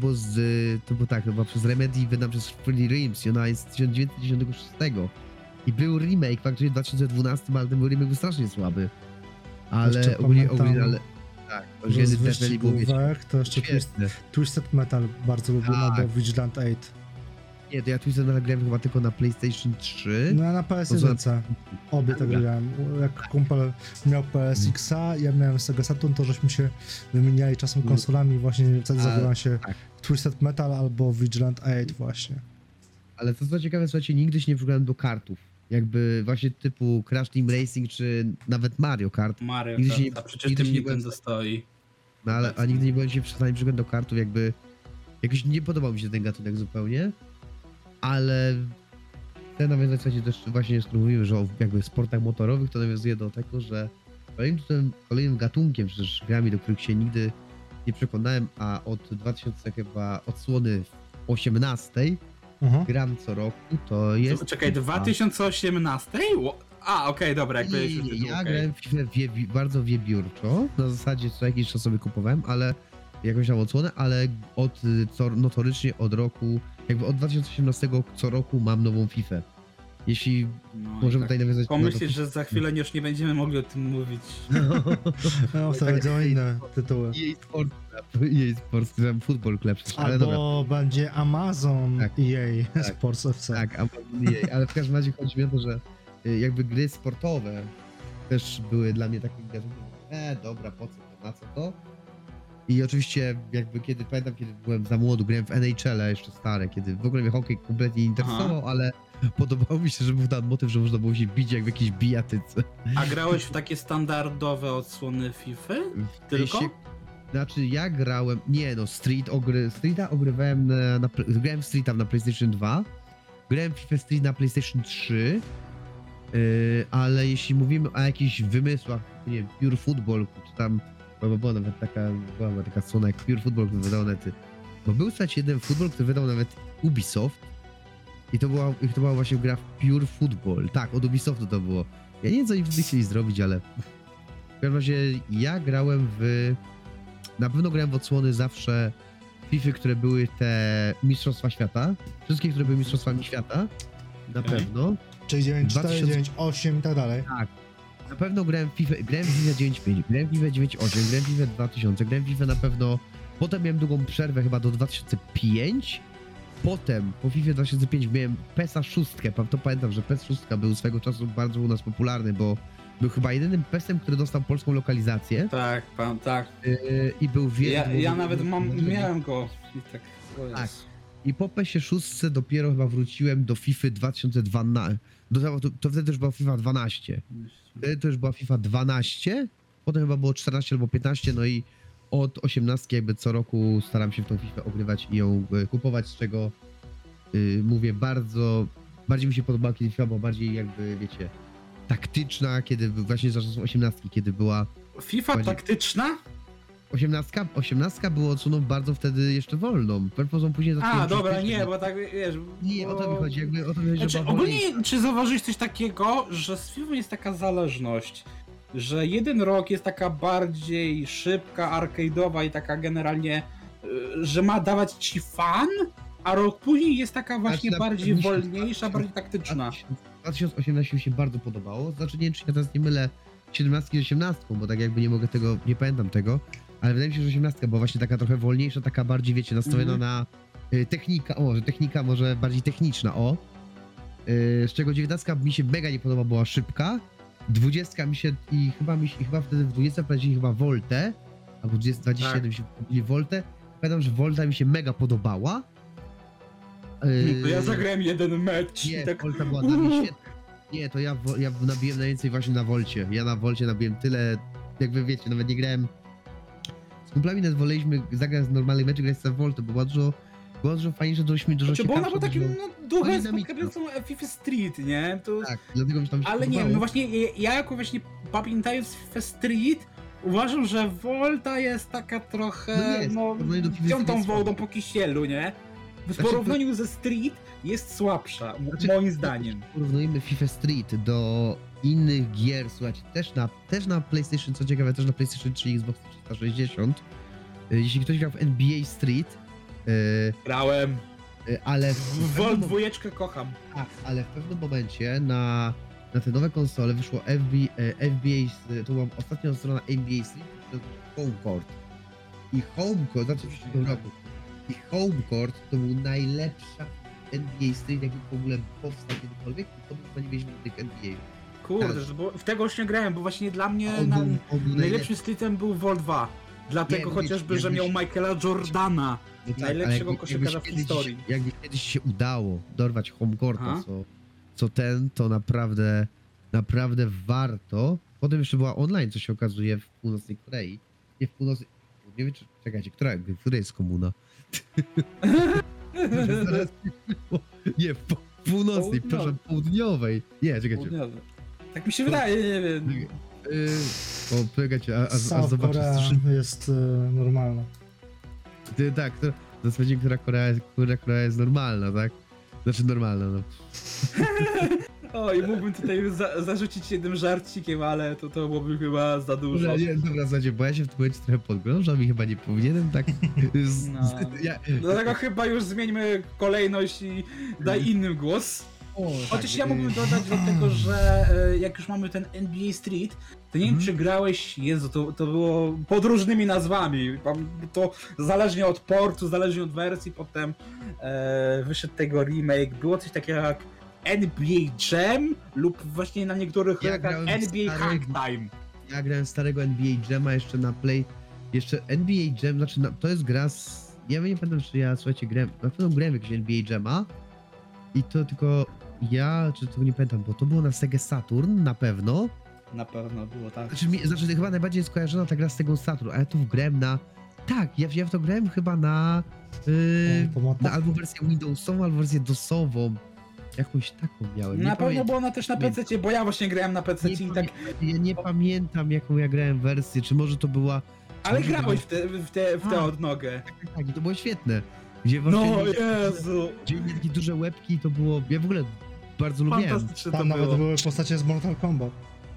było przez Remedy, wydane przez Free Rims i ona jest z 1996. I był remake, faktycznie w 2012, ale ten był remake był strasznie słaby. Ale Jeszcze ogólnie, pamiętam, ale tak, Że oryginalny z Death Rally był, wiecie, wyścigówek to jeszcze świetny. Twisted Metal bardzo lubię, Tak. albo Vigilant 8. Nie, to ja Twisted Metal grałem chyba tylko na PlayStation 3. No ja na PS1. Obie tak Dobra. grałem. Jak kumpel miał PSX-a, ja miałem Sega Saturn, to żeśmy się wymieniali czasem konsolami, właśnie wtedy zagrałem się tak. w Twisted Metal albo Vigilant 8 właśnie. Ale to co ciekawe, słuchajcie, nigdy się nie przyglądałem do kartów. Jakby właśnie typu Crash Team Racing, czy nawet Mario Kart. Mario Nigdy się nie- Kart, a przecież nigdy tym się nie Nintendo stoi. No ale, a nigdy nie byłem się w stanie przyglądać do kartów, jakby... Jakoś nie podobał mi się ten gatunek zupełnie. Ale... Te nawiązać, słuchajcie, też właśnie skoro mówimy, że o jakby sportach motorowych, to nawiązuje do tego, że kolejnym gatunkiem, przecież grami, do których się nigdy nie przekonałem, a od 2000 chyba odsłony 18 Aha. gram co roku, to jest... Czekaj, 2018? Okej, dobra, jak powiedziałeś już tytuł, Ja okej. grałem w FIFA bardzo wiebiórczo, na zasadzie co jakiś czas sobie kupowałem, ale jakąś tam odsłonę, ale notorycznie od roku, jakby od 2018 co roku mam nową FIFA. Jeśli No, możemy i tutaj nawiązać... pomyślisz, że za chwilę już nie będziemy mogli o tym mówić. No, to tak, będą inne tytuły. EA Sports, Football Club, przecież, ale dobra. Albo będzie Amazon Tak. EA Tak. Sports FC. Tak, EA, ale w każdym razie chodzi mi o to, że jakby gry sportowe też były dla mnie takim gatunkiem, dobra, po co to, na co to? I oczywiście jakby pamiętam, kiedy byłem za młodu, grałem w NHL-a jeszcze stare, kiedy w ogóle mnie hokej kompletnie nie interesował, ale podobało mi się, że był tam motyw, że można było się bić jak w jakiejś bijatyce. A grałeś w takie standardowe odsłony FIFA? Tylko? Znaczy ja grałem, nie no, Streeta ogrywałem grałem w Streeta na PlayStation 2, grałem w FIFA Street na PlayStation 3, ale jeśli mówimy o jakichś wymysłach, nie wiem, Pure Football, czy tam, bo była nawet taka strona jak Pure Football, który wydał nety, bo był słuchajcie jeden futbol, który wydał nawet Ubisoft i to była właśnie gra w Pure Football, tak, od Ubisoftu to było. Ja nie wiem co oni wtedy chcieli zrobić, ale w każdym razie ja grałem na pewno grałem w odsłony zawsze FIFA, które były te Mistrzostwa Świata. Wszystkie, które były Mistrzostwami Świata. Na pewno. 9, 4, 2000 9, 8 i tak dalej. Tak. Na pewno grałem w FIFA 9.5, grałem w FIFA 9.8, grałem w FIFA 2000, grałem w FIFA na pewno... Potem miałem długą przerwę chyba do 2005. Potem, po FIFA 2005 miałem PESa 6. To pamiętam, że PES 6 był swego czasu bardzo u nas popularny, bo był chyba jedynym PESem, który dostał polską lokalizację. Tak, tak. I był wielki... Ja nawet miałem go. I tak, tak. I po PESie 6 dopiero chyba wróciłem do FIFA 2012. To wtedy już była FIFA 12. Wtedy to już była FIFA 12, potem chyba było 14 albo 15, no i od 18 jakby co roku staram się w tą FIFA ogrywać i ją kupować, z czego mówię bardziej mi się podobała kiedy FIFA była bardziej jakby, wiecie, taktyczna, kiedy właśnie za czasów 18, kiedy była... FIFA bardziej... taktyczna? 18 było odsuną bardzo wtedy jeszcze wolną. Purposą później dobra, nie, bo tak wiesz. Nie, bo... o to mi chodzi, jakby o to mi chodzi, znaczy, że ogólnie, czy zauważyłeś coś takiego, że z FIFA jest taka zależność, że jeden rok jest taka bardziej szybka, arcade'owa i taka generalnie, że ma dawać ci fan, a rok później jest taka właśnie bardziej wolniejsza, bardziej taktyczna. 2018 mi się bardzo podobało, znaczy nie wiem, czy ja teraz nie mylę 17 z 18, bo tak jakby nie mogę tego, nie pamiętam tego, ale wydaje mi się, że 18 była właśnie taka trochę wolniejsza, taka bardziej, wiecie, nastawiona na technika może bardziej techniczna, z czego 19 mi się mega nie podoba, była szybka, 20 mi się, chyba wtedy w 20 wprowadzili chyba Voltę, albo 27 się wprowadzili Voltę, pamiętam, że Volta mi się mega podobała. To ja zagrałem jeden mecz. Nie, tak... Volta była dla mnie świetna. Nie, to ja nabiłem najwięcej właśnie na Volcie. Ja na Volcie nabiłem tyle, jakby wiecie, nawet nie grałem... Z kumplami nawet woleliśmy zagrać z normalnych meczów, grać z Volta, bo było dużo fajniejsze, dużo ciekawsze. Bo ona była takim duchem dynamiczna. spotkającą FIFA Street, nie? To... Tak, dlatego mi się tam się ale podobało. nie, no właśnie ja jako właśnie pamiętając FIFA Street, uważam, że Volta jest taka trochę, piątą wodą po kisielu, nie? W porównaniu ze Street jest słabsza, moim zdaniem. Porównujemy FIFA Street do innych gier, słuchajcie, też na PlayStation, co ciekawe, też na PlayStation 3 i Xbox 360. Jeśli ktoś grał w NBA Street... Grałem. Ale... Volt 2 kocham. Tak, ale w pewnym momencie na te nowe konsole wyszło FBA, to była ostatnia strona NBA Street, to Home Court. I Home Court, znaczy w przyszłym roku. I Home Court to był najlepsza NBA Street, jaki w ogóle powstał kiedykolwiek, i to chyba nie mieliśmy tych NBA. Kurde, bo w tego już nie grałem, bo właśnie dla mnie najlepszym streetem był Volt 2. Dlatego chociażby, że miał Michaela Jordana, no tak, najlepszego koszykarza w historii. Jakby kiedyś się udało dorwać Home Courta, to naprawdę warto. Potem jeszcze była online, co się okazuje w północnej Korei. Nie w północnej... Nie wiem, czy... Czekajcie, która jest komuna? Nie, w północnej, przepraszam, południowej. Nie, czekajcie. Południowej. Tak mi się wydaje, nie wiem. Czekajcie, a South zobaczę. Korea jest normalna. Tak, to sprawdzimy, która Korea jest normalna, tak? Znaczy normalna, no. Oj, mógłbym tutaj zarzucić jednym żarcikiem, ale to byłoby chyba za dużo. Dobra, słuchajcie, bo ja się w tym momencie trochę podglądam i chyba nie powinienem tak... Dlatego chyba już zmieńmy kolejność i daj innym głos. Chociaż ja mógłbym dodać do tego, że jak już mamy ten NBA Street, to nie wiem, czy grałeś, Jezu, to było pod różnymi nazwami, to zależnie od portu, zależnie od wersji, potem wyszedł tego remake, było coś takiego jak NBA Jam lub właśnie na niektórych NBA Hang Time. Ja grałem starego NBA Jama jeszcze na jeszcze NBA Jam, znaczy to jest gra ja nie pamiętam, czy ja, słuchajcie, grałem, na pewno grałem jakiegoś NBA Jama i to tylko czy to nie pamiętam, bo to było na Sega Saturn, na pewno. Na pewno było, tak. Znaczy chyba najbardziej jest skojarzona ta gra z Sega Saturn, a ja tu grałem na... Tak, ja w to grałem chyba na albo wersję Windowsową, albo wersję DOSową. Jakąś taką miałem. Na pewno było ona też na PC, bo ja właśnie grałem na PC i tak... Ja nie pamiętam, jaką ja grałem wersję, czy może to była... Ale grałeś w tę odnogę. Tak, i to było świetne. Gdzie właśnie Jezu! Gdzie mieli takie duże łebki, to było... Ja w ogóle bardzo lubiłem. Fantastyczne Tam to nawet było. były postacie z Mortal Kombat.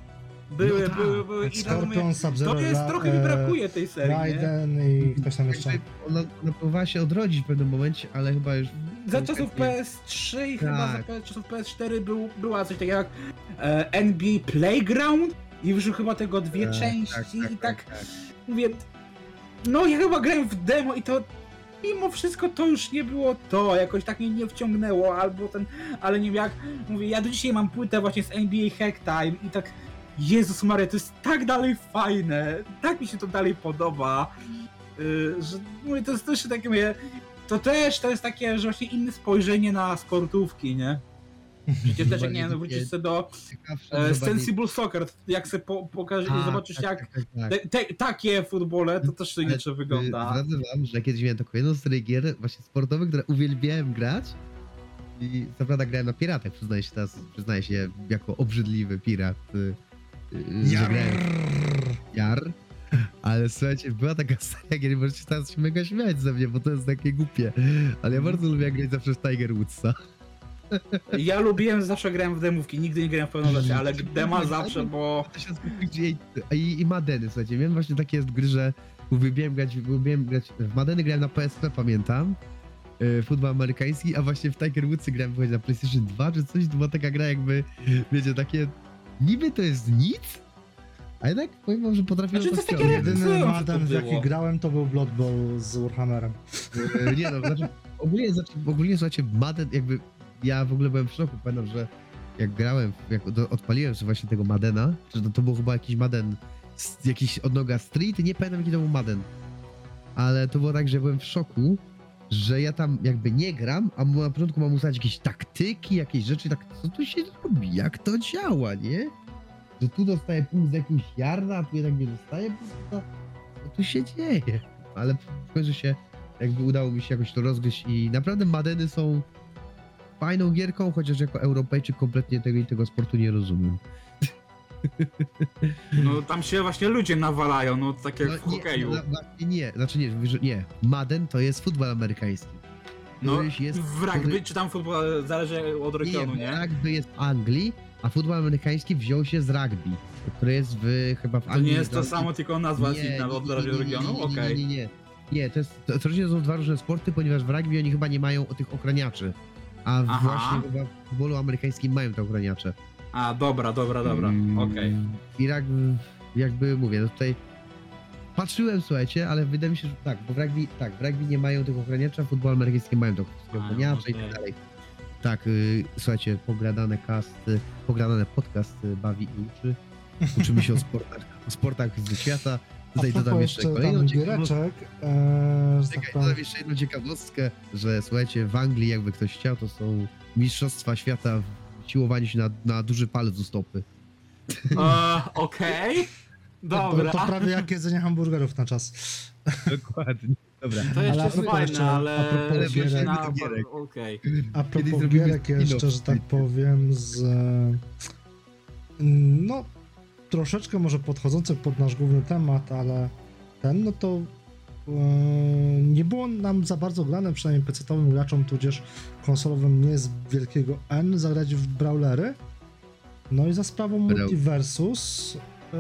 Były, No tak, były i tam mówię, Scorpion, Sub-Zero, to jest, trochę mi brakuje tej serii, nie? Raiden i ktoś tam jeszcze. Ona próbowała się odrodzić w pewnym momencie, ale chyba już... Za czasów PS3 i chyba za czasów PS4 była coś takiego jak NBA Playground i wyszły chyba tego dwie części i tak mówię, no ja chyba grałem w demo i to mimo wszystko to już nie było to, jakoś tak mnie nie wciągnęło, ale nie wiem jak, mówię, ja do dzisiaj mam płytę właśnie z NBA Hack Time i tak, Jezus Maria, to jest tak dalej fajne, tak mi się to dalej podoba, że mówię, to jest też takie, mówię, to jest takie, że właśnie inne spojrzenie na sportówki, nie? Przecież też jak nie wiem, wrócisz sobie do Sensible Soccer, jak sobie pokażesz i zobaczysz jak takie futbole, to też to inaczej wygląda. Zdradzę wam, że kiedyś miałem taką jedną serię gier właśnie sportowych, które uwielbiałem grać i co prawda grałem na piratach, przyznaję się jako obrzydliwy pirat. Jar. Ale słuchajcie, była taka seria gier, możecie teraz się mega śmiać ze mnie, bo to jest takie głupie, ale ja bardzo lubię grać zawsze w Tiger Woodsa. Ja lubiłem, zawsze grałem w demówki, nigdy nie grałem w pełną wersję, ale dema zawsze, bo... I Madeny, słuchajcie, miałem właśnie takie gry, że uwielbiałem grać w Madeny, grałem na PSP, pamiętam, futbol amerykański, a właśnie w Tiger Woodsy grałem na PlayStation 2 czy coś, to była taka gra jakby, wiecie, takie, niby to jest nic, a jednak powiem wam, że potrafiłem Znaczy, to to jest ściągnąć. takie Jedyny że Madden, to w jaki było. grałem, to był Blood Bowl z Warhammerem. Nie no, znaczy, ogólnie słuchajcie, Madden jakby, ja w ogóle byłem w szoku, pamiętam, że jak grałem, odpaliłem sobie właśnie tego Maddena, że to był chyba jakiś Madden, jakiś odnoga Street, nie pamiętam jaki to był Madden, ale to było tak, że byłem w szoku, że ja tam jakby nie gram, a na początku mam ustalić jakieś taktyki, jakieś rzeczy, tak co tu się robi, jak to działa, nie? Że tu dostaję punkt z jakiegoś yarda, a tu jednak nie dostaję, co tu się dzieje? Ale w końcu się jakby udało mi się jakoś to rozgryźć i naprawdę Maddeny są fajną gierką, chociaż jako Europejczyk kompletnie tego sportu nie rozumiem. No tam się właśnie ludzie nawalają, no tak jak w hokeju. Nie. Madden to jest futbol amerykański. No, Jest, w rugby, czy tam futbol zależy od regionu, nie? Rugby jest w Anglii, a futbol amerykański wziął się z rugby, który jest chyba w To Anglii. nie jest to samo, tylko nazwa jest inna od regionu? Okej. Nie, to są dwa różne sporty, ponieważ w rugby oni chyba nie mają tych ochraniaczy, a właśnie chyba w futbolu amerykańskim mają te ochraniacze. A, dobra, okej. I jakby mówię, no tutaj patrzyłem, słuchajcie, ale wydaje mi się, że tak, bo w rugby nie mają tych ochraniaczy, a w futbolu amerykańskim mają tych ochraniacze i tak dalej. Tak, słuchajcie, pogradane podcast bawi i uczy. Uczymy się o sportach ze świata. Tutaj dodam jeszcze kolejną ciekawostkę. Dodam jeszcze jedną ciekawostkę, że słuchajcie, w Anglii jakby ktoś chciał, to są mistrzostwa świata w siłowaniu się na duży palec u stopy. Okej. Dobra. To prawie jak jedzenie hamburgerów na czas. Dokładnie. Dobra. To jeszcze Ale jest fajne, ale... Okej. A propos gierek jeszcze, że tak powiem, no troszeczkę może podchodzących pod nasz główny temat, ale no to nie było nam za bardzo grane, przynajmniej PC-towym graczom, tudzież konsolowym nie z wielkiego N, zagrać w brawlery. No i za sprawą Multiversus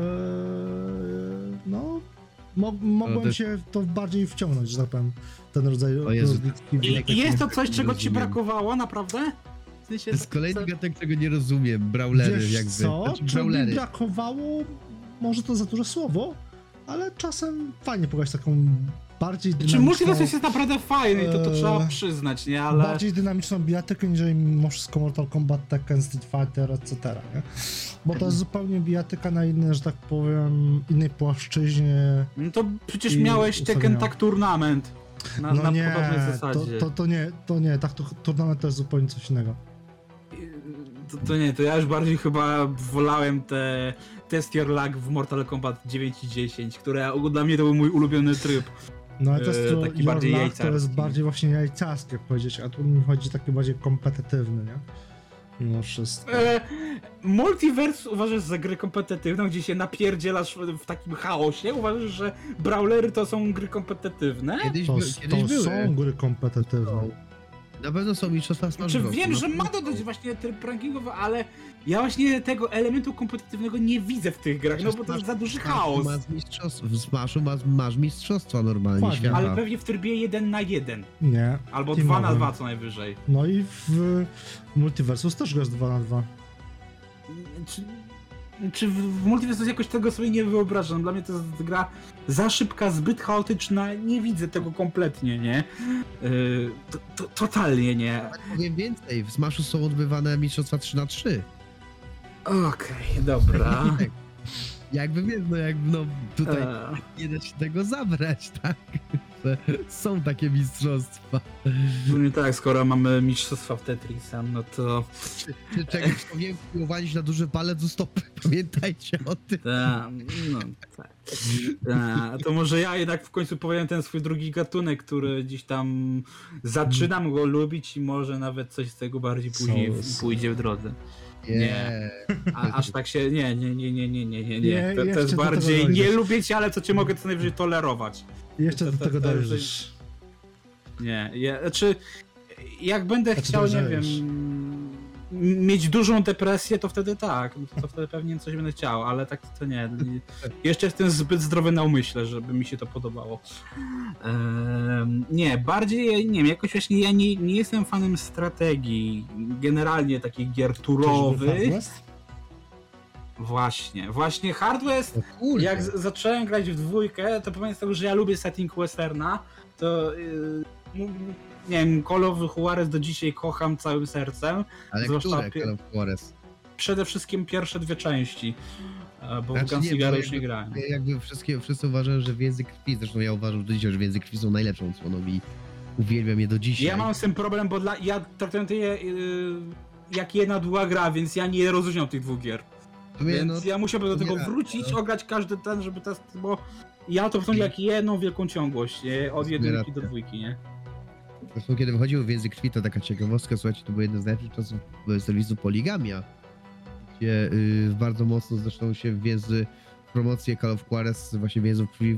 no mogłem się to bardziej wciągnąć, że tak powiem, ten rodzaj rozgrywki. I jest to coś, czego ci brakowało, naprawdę? W sensie, to jest kolejny gatunek, czego nie rozumiem, brawlery Wiesz jakby. co? Znaczy, Czy mi brakowało, może to za duże słowo, ale czasem fajnie pograć taką bardziej dynamiczną... Czy Multiversus jest naprawdę fajny, to trzeba przyznać, nie? Ale... Bardziej dynamiczną bijatykę, niżeli mimo wszystko Mortal Kombat, Tekken, Street Fighter, etc., nie? Bo to jest zupełnie bijatyka na innej, że tak powiem, innej płaszczyźnie. No to przecież miałeś Tekken Tag Tournament na podobnej zasadzie. To nie, tak Tournament to jest zupełnie coś innego. To ja już bardziej chyba wolałem te Test Your Luck w Mortal Kombat 9 i 10, które dla mnie to był mój ulubiony tryb. No ale taki bardziej jajcarski. To jest bardziej właśnie jajcarski, jak powiedzieć, a tu mi chodzi taki bardziej kompetytywny, nie? Mimo wszystko. Multiverse uważasz za grę kompetytywną, gdzie się napierdzielasz w takim chaosie? Uważasz, że brawlery to są gry kompetytywne? To są gry kompetytywne. Na pewno są mistrzostwa Smash Znaczy Bros. wiem, No, że ma dodać właśnie tryb rankingowy, ale ja właśnie tego elementu kompetytywnego nie widzę w tych grach, no bo to jest za duży chaos. W Smashu masz mistrzostwa normalnie, Fajnie. świata. Ale pewnie w trybie 1 na 1. Nie. Albo Teamowym. 2 na 2 co najwyżej. No i w Multiversus też jest 2 na 2. Czy w Multiversus jakoś tego sobie nie wyobrażam? Dla mnie to jest gra za szybka, zbyt chaotyczna, nie widzę tego kompletnie, nie? Totalnie nie. Powiem więcej, w Smashu są odbywane mistrzostwa 3-3. Okej, dobra. Jakby wiem, no tutaj nie da się tego zabrać, tak? Że są takie mistrzostwa. No tak, skoro mamy mistrzostwa w Tetrisa, no to... Czy czegoś powiem, wpływanie się na duży palec do stopy, pamiętajcie o tym. No tak. To może ja jednak w końcu powiem ten swój drugi gatunek, który gdzieś tam zaczynam go lubić i może nawet coś z tego bardziej później pójdzie w drodze. Nie. Aż tak się. Nie. To jest bardziej nie lubię cię, ale co cię mogę co najwyżej tolerować. Jeszcze do tego dojdziesz. Nie, znaczy jak będę chciał, nie wiem, mieć dużą depresję, to wtedy tak, to wtedy pewnie coś będę chciał, ale tak to nie. Jeszcze jestem zbyt zdrowy na umyśle, żeby mi się to podobało. Nie, bardziej, nie wiem, jakoś właśnie ja nie jestem fanem strategii, generalnie takich gier turowych. Właśnie Hard West, jak zacząłem grać w dwójkę, to pomimo tego, że ja lubię setting westerna, to nie wiem, Call of Juarez do dzisiaj kocham całym sercem. Ale które Call of Juarez? Przede wszystkim pierwsze dwie części, bo w Gunsligara już nie grałem. Jakby wszyscy uważają, że Więzy Krwi, zresztą ja uważam do dzisiaj, że Więzy Krwi są najlepszą odsłoną i uwielbiam je do dzisiaj. Ja mam z tym problem, bo ja traktuję je jak jedna długa gra, więc ja nie rozróżniam tych dwóch gier. Więc ja musiałbym do tego wrócić, ograć każdy ten, żeby test, bo ja to wciągnę jak jedną wielką ciągłość, nie? Od jedynki do dwójki, nie? Zresztą kiedy wychodził Więzy Krwi, to taka ciekawostka, słuchajcie, to był jeden z najlepszych czasów serwisu Poligamia, gdzie bardzo mocno zresztą się więzy w promocję Call of Juarez, właśnie Więzów Krwi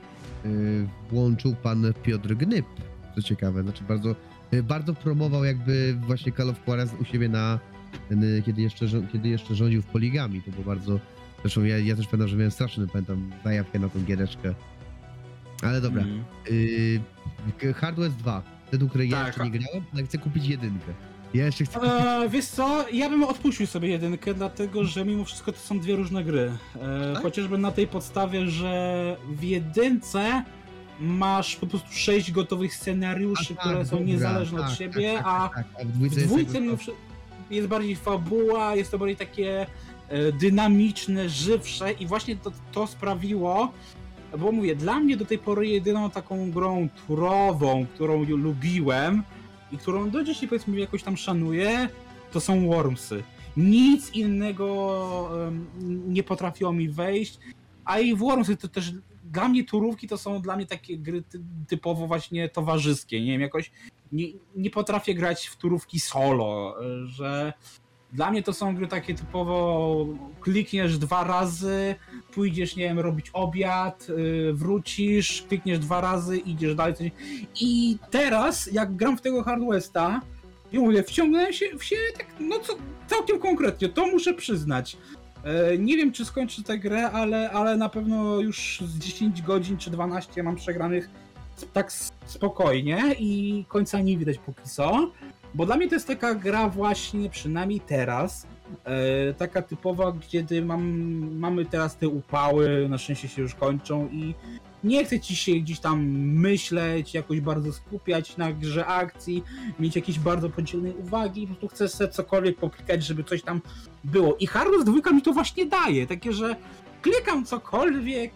włączył pan Piotr Gnyb, co ciekawe, znaczy bardzo promował jakby właśnie Call of Juarez u siebie kiedy jeszcze rządził w Poligami, to było bardzo, zresztą ja też pamiętam, że miałem straszny, pamiętam, zajawkę na tą giereczkę. Ale dobra, Hard West 2, ten, do której ja jeszcze nie grałem, ale chcę kupić jedynkę. Ja jeszcze chcę kupić... Wiesz co, ja bym odpuścił sobie jedynkę, dlatego że mimo wszystko to są dwie różne gry. Tak? Chociażby na tej podstawie, że w jedynce masz po prostu 6 gotowych scenariuszy, które są niezależne od siebie, a w dwójce jest bardziej fabuła, jest to bardziej takie dynamiczne, żywsze i właśnie to sprawiło, bo mówię, dla mnie do tej pory jedyną taką grą turową, którą lubiłem i którą do dzisiaj powiedzmy jakoś tam szanuję, to są Wormsy. Nic innego nie potrafiło mi wejść, a i w Wormsy to też dla mnie turówki to są dla mnie takie gry typowo właśnie towarzyskie, nie wiem, jakoś nie potrafię grać w turówki solo, że dla mnie to są gry takie typowo klikniesz 2 razy, pójdziesz, nie wiem, robić obiad, wrócisz, klikniesz 2 razy, idziesz dalej. I teraz, jak gram w tego Hard Westa, ja mówię, wciągnąłem się tak, no co, całkiem konkretnie, to muszę przyznać. Nie wiem, czy skończę tę grę, ale na pewno już z 10 godzin czy 12 mam przegranych tak spokojnie i końca nie widać póki co. Bo dla mnie to jest taka gra właśnie, przynajmniej teraz, taka typowa, kiedy mamy teraz te upały, na szczęście się już kończą i nie chce ci się gdzieś tam myśleć, jakoś bardzo skupiać na grze akcji, mieć jakieś bardzo podzielnej uwagi, po prostu chcesz sobie cokolwiek poklikać, żeby coś tam było. I Hard West 2 mi to właśnie daje, takie, że klikam cokolwiek,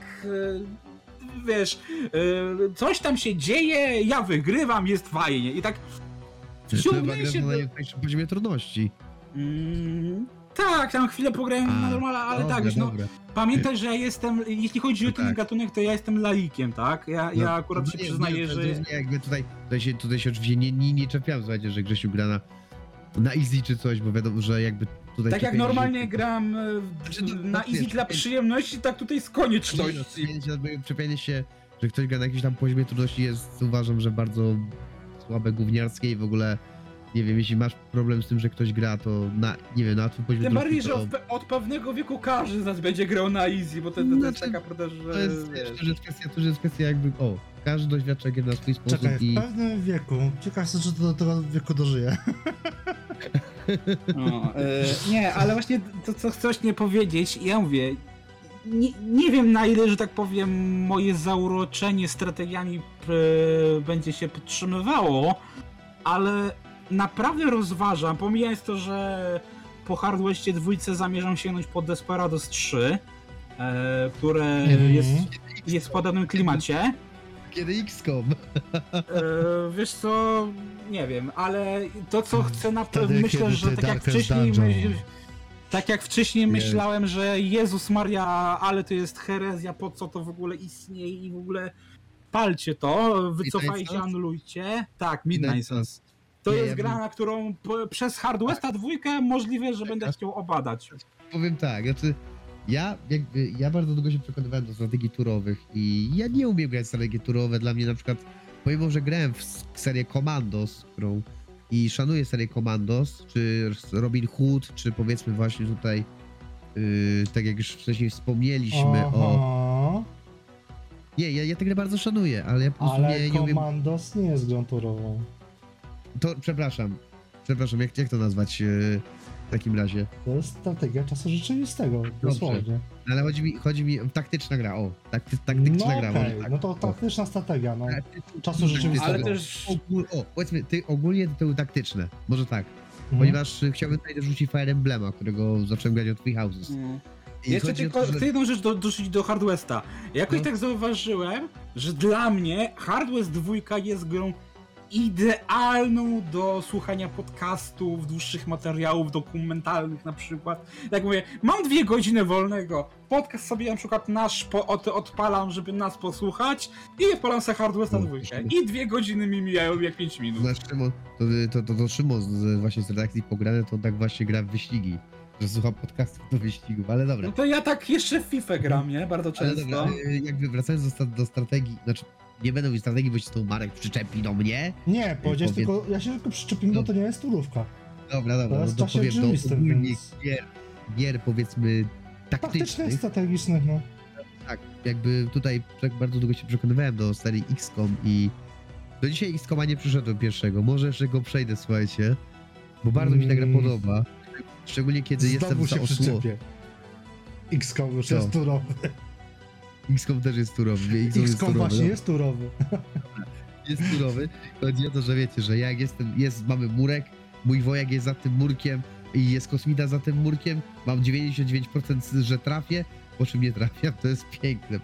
wiesz, coś tam się dzieje, ja wygrywam, jest fajnie i tak wciągnę się na najwyższym poziomie trudności. Tak, tam chwilę pograłem na normala, ale dobra, tak, no pamiętaj, że ja jestem, jeśli chodzi o ten gatunek, to ja jestem laikiem, tak? Ja akurat się przyznaję, że... Jakby tutaj się oczywiście nie czepiam, słuchajcie, że Grzesiu gra na easy czy coś, bo wiadomo, że jakby tutaj... Tak jak normalnie gram na easy dla przyjemności, tak tutaj z konieczności. Czepianie się, że ktoś gra na jakimś tam poziomie trudności jest, uważam, że bardzo słabe, gówniarskie i w ogóle, nie wiem, jeśli masz problem z tym, że ktoś gra, to nie wiem, na łatwym poziomie Tym bardziej, to, że od pewnego wieku każdy z nas będzie grał na easy, bo to jest Znaczy, taka prawda, że... to jest kwestia jakby, każdy doświadcza gier na swój sposób Czekaj, i... w pewnym wieku. Ciekaw jestem, czy do tego wieku dożyję. No, nie, ale właśnie to, co chcesz nie powiedzieć, ja mówię, nie wiem na ile, że tak powiem, moje zauroczenie strategiami będzie się podtrzymywało, ale naprawdę rozważam, pomijając to, że po Hard Westie 2 zamierzam sięgnąć po Desperados 3, które jest w podobnym klimacie. Kiedy XCOM? Wiesz co, nie wiem, ale to co chcę Wtedy, myślę, kiedy że ty tak jak Darkest wcześniej Dungeon. tak jak wcześniej Jest. myślałem, że Jezus Maria, ale to jest herezja, po co to w ogóle istnieje i w ogóle palcie to, wycofajcie, Suns? anulujcie. Tak, Midnight Suns. To Nie, jest ja gra, bym- na którą przez Hard Westa 2 możliwe, że będę chciał obadać. Powiem tak, znaczy ja bardzo długo się przekonywałem do strategii turowych i ja nie umiem grać w strategie turowe. Dla mnie na przykład, pomimo, że grałem w serię Commandos, którą i szanuję serię Commandos, czy Robin Hood, czy powiedzmy właśnie tutaj, tak jak już wcześniej wspomnieliśmy o... Oho, Nie, ja tę grę bardzo szanuję, ale ja po prostu ale nie umiem... Commandos nie jest grą turową. To, przepraszam, jak to nazwać w takim razie? To jest strategia czasu rzeczywistego, dosłownie. Ale chodzi mi o taktyczna gra, taktyczna No gra, okej, może tak. no to taktyczna strategia, no. Czasu Tak, rzeczywistego. Ale też Powiedzmy, ogólnie tytuły taktyczne, może tak, Mhm. ponieważ chciałbym tutaj dorzucić Fire Emblema, którego zacząłem grać od Three Houses. I Jeszcze chodzi o tylko to, że- chcę jedną rzecz dorzucić do Hard Westa. Jakoś No. tak zauważyłem, że dla mnie Hard West 2 jest grą idealną do słuchania podcastów, dłuższych materiałów dokumentalnych na przykład. Jak mówię, mam 2 godziny wolnego, podcast sobie na przykład nasz odpalam, żeby nas posłuchać i odpalam sobie Hard Westa No, 2. I 2 godziny mi mijają jak 5 minut. Znaczy, Szymon, to Szymon właśnie z redakcji Pograne, to on tak właśnie gra w wyścigi, że słucha podcastów do wyścigów, ale dobra. No to ja tak jeszcze w FIFA gram, nie? Bardzo Ale często. dobra, jakby wracając do strategii, znaczy nie będę mówić strategii, bo się to Marek przyczepi do mnie. Nie, powiedziałeś powiedz- tylko, ja się tylko przyczepiłem, bo to nie jest turówka. Dobra, To jest no w to czasie powiem do rzeczywistym, ogólnie więc- gier powiedzmy Taktycznych i taktycznych. strategicznych, no. Tak, jakby tutaj tak bardzo długo się przekonywałem do serii XCOM i do dzisiaj XCOMa nie przyszedłem pierwszego, może jeszcze go przejdę, słuchajcie, bo bardzo mi się ta gra podoba, szczególnie kiedy Znowu jestem się za osło. przyczepię. XCOM już Co? jest turowy. XCOM też jest turowy, XCOM jest XCOM turowy, właśnie no. jest turowy. Jest turowy. Chodzi o to, że wiecie, że jak mamy murek, mój wojak jest za tym murkiem i jest kosmita za tym murkiem, mam 99%, że trafię, po czym nie trafiam, to jest piękne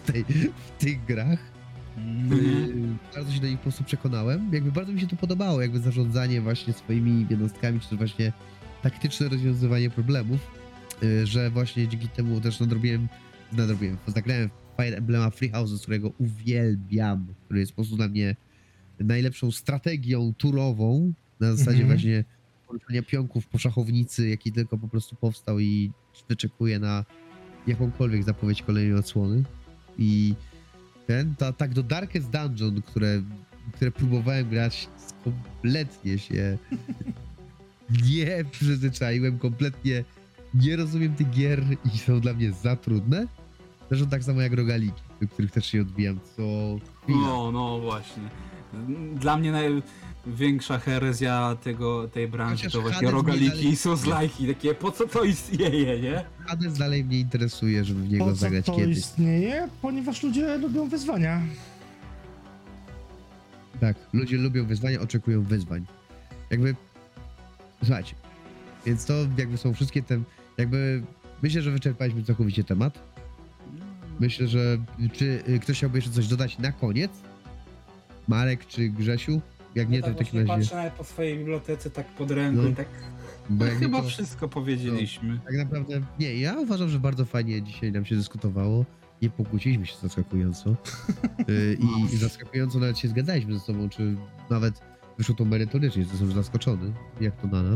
w tych grach. Bardzo się do nich po prostu przekonałem. Jakby bardzo mi się to podobało, jakby zarządzanie właśnie swoimi jednostkami, czy też właśnie taktyczne rozwiązywanie problemów, że właśnie dzięki temu też zagrałem w Fire Emblema Three Houses, którego uwielbiam, który jest po prostu dla mnie najlepszą strategią turową, na zasadzie właśnie poruszania pionków po szachownicy, jaki tylko po prostu powstał i wyczekuję na jakąkolwiek zapowiedź kolejnej odsłony. I tak do Darkest Dungeon, które próbowałem grać, kompletnie się nie przyzwyczaiłem, kompletnie nie rozumiem tych gier i są dla mnie za trudne. Zresztą tak samo jak rogaliki, do których też się odbijam co chwila. No właśnie. Dla mnie największa herezja tej branży Chociaż to właśnie Hades rogaliki mnie dalej- i souls-like'i, takie po co to istnieje, nie? Hades dalej mnie interesuje, żeby w niego Po co zagrać to kiedyś. istnieje? Ponieważ ludzie lubią wyzwania. Tak, ludzie lubią wyzwania, oczekują wyzwań. Jakby, słuchajcie, więc to jakby są wszystkie myślę, że wyczerpaliśmy całkowicie temat. Myślę, że czy ktoś chciałby jeszcze coś dodać na koniec? Marek czy Grzesiu? Jak nie, to w takim razie... patrzę nawet po swojej bibliotece tak pod ręką No, i tak Bo jak nie, chyba to, wszystko powiedzieliśmy. tak naprawdę, nie, ja uważam, że bardzo fajnie dzisiaj nam się dyskutowało. Nie pokłóciliśmy się zaskakująco. I zaskakująco nawet się zgadzaliśmy ze sobą, czy nawet wyszło to merytorycznie, jestem zaskoczony, jak to na nas.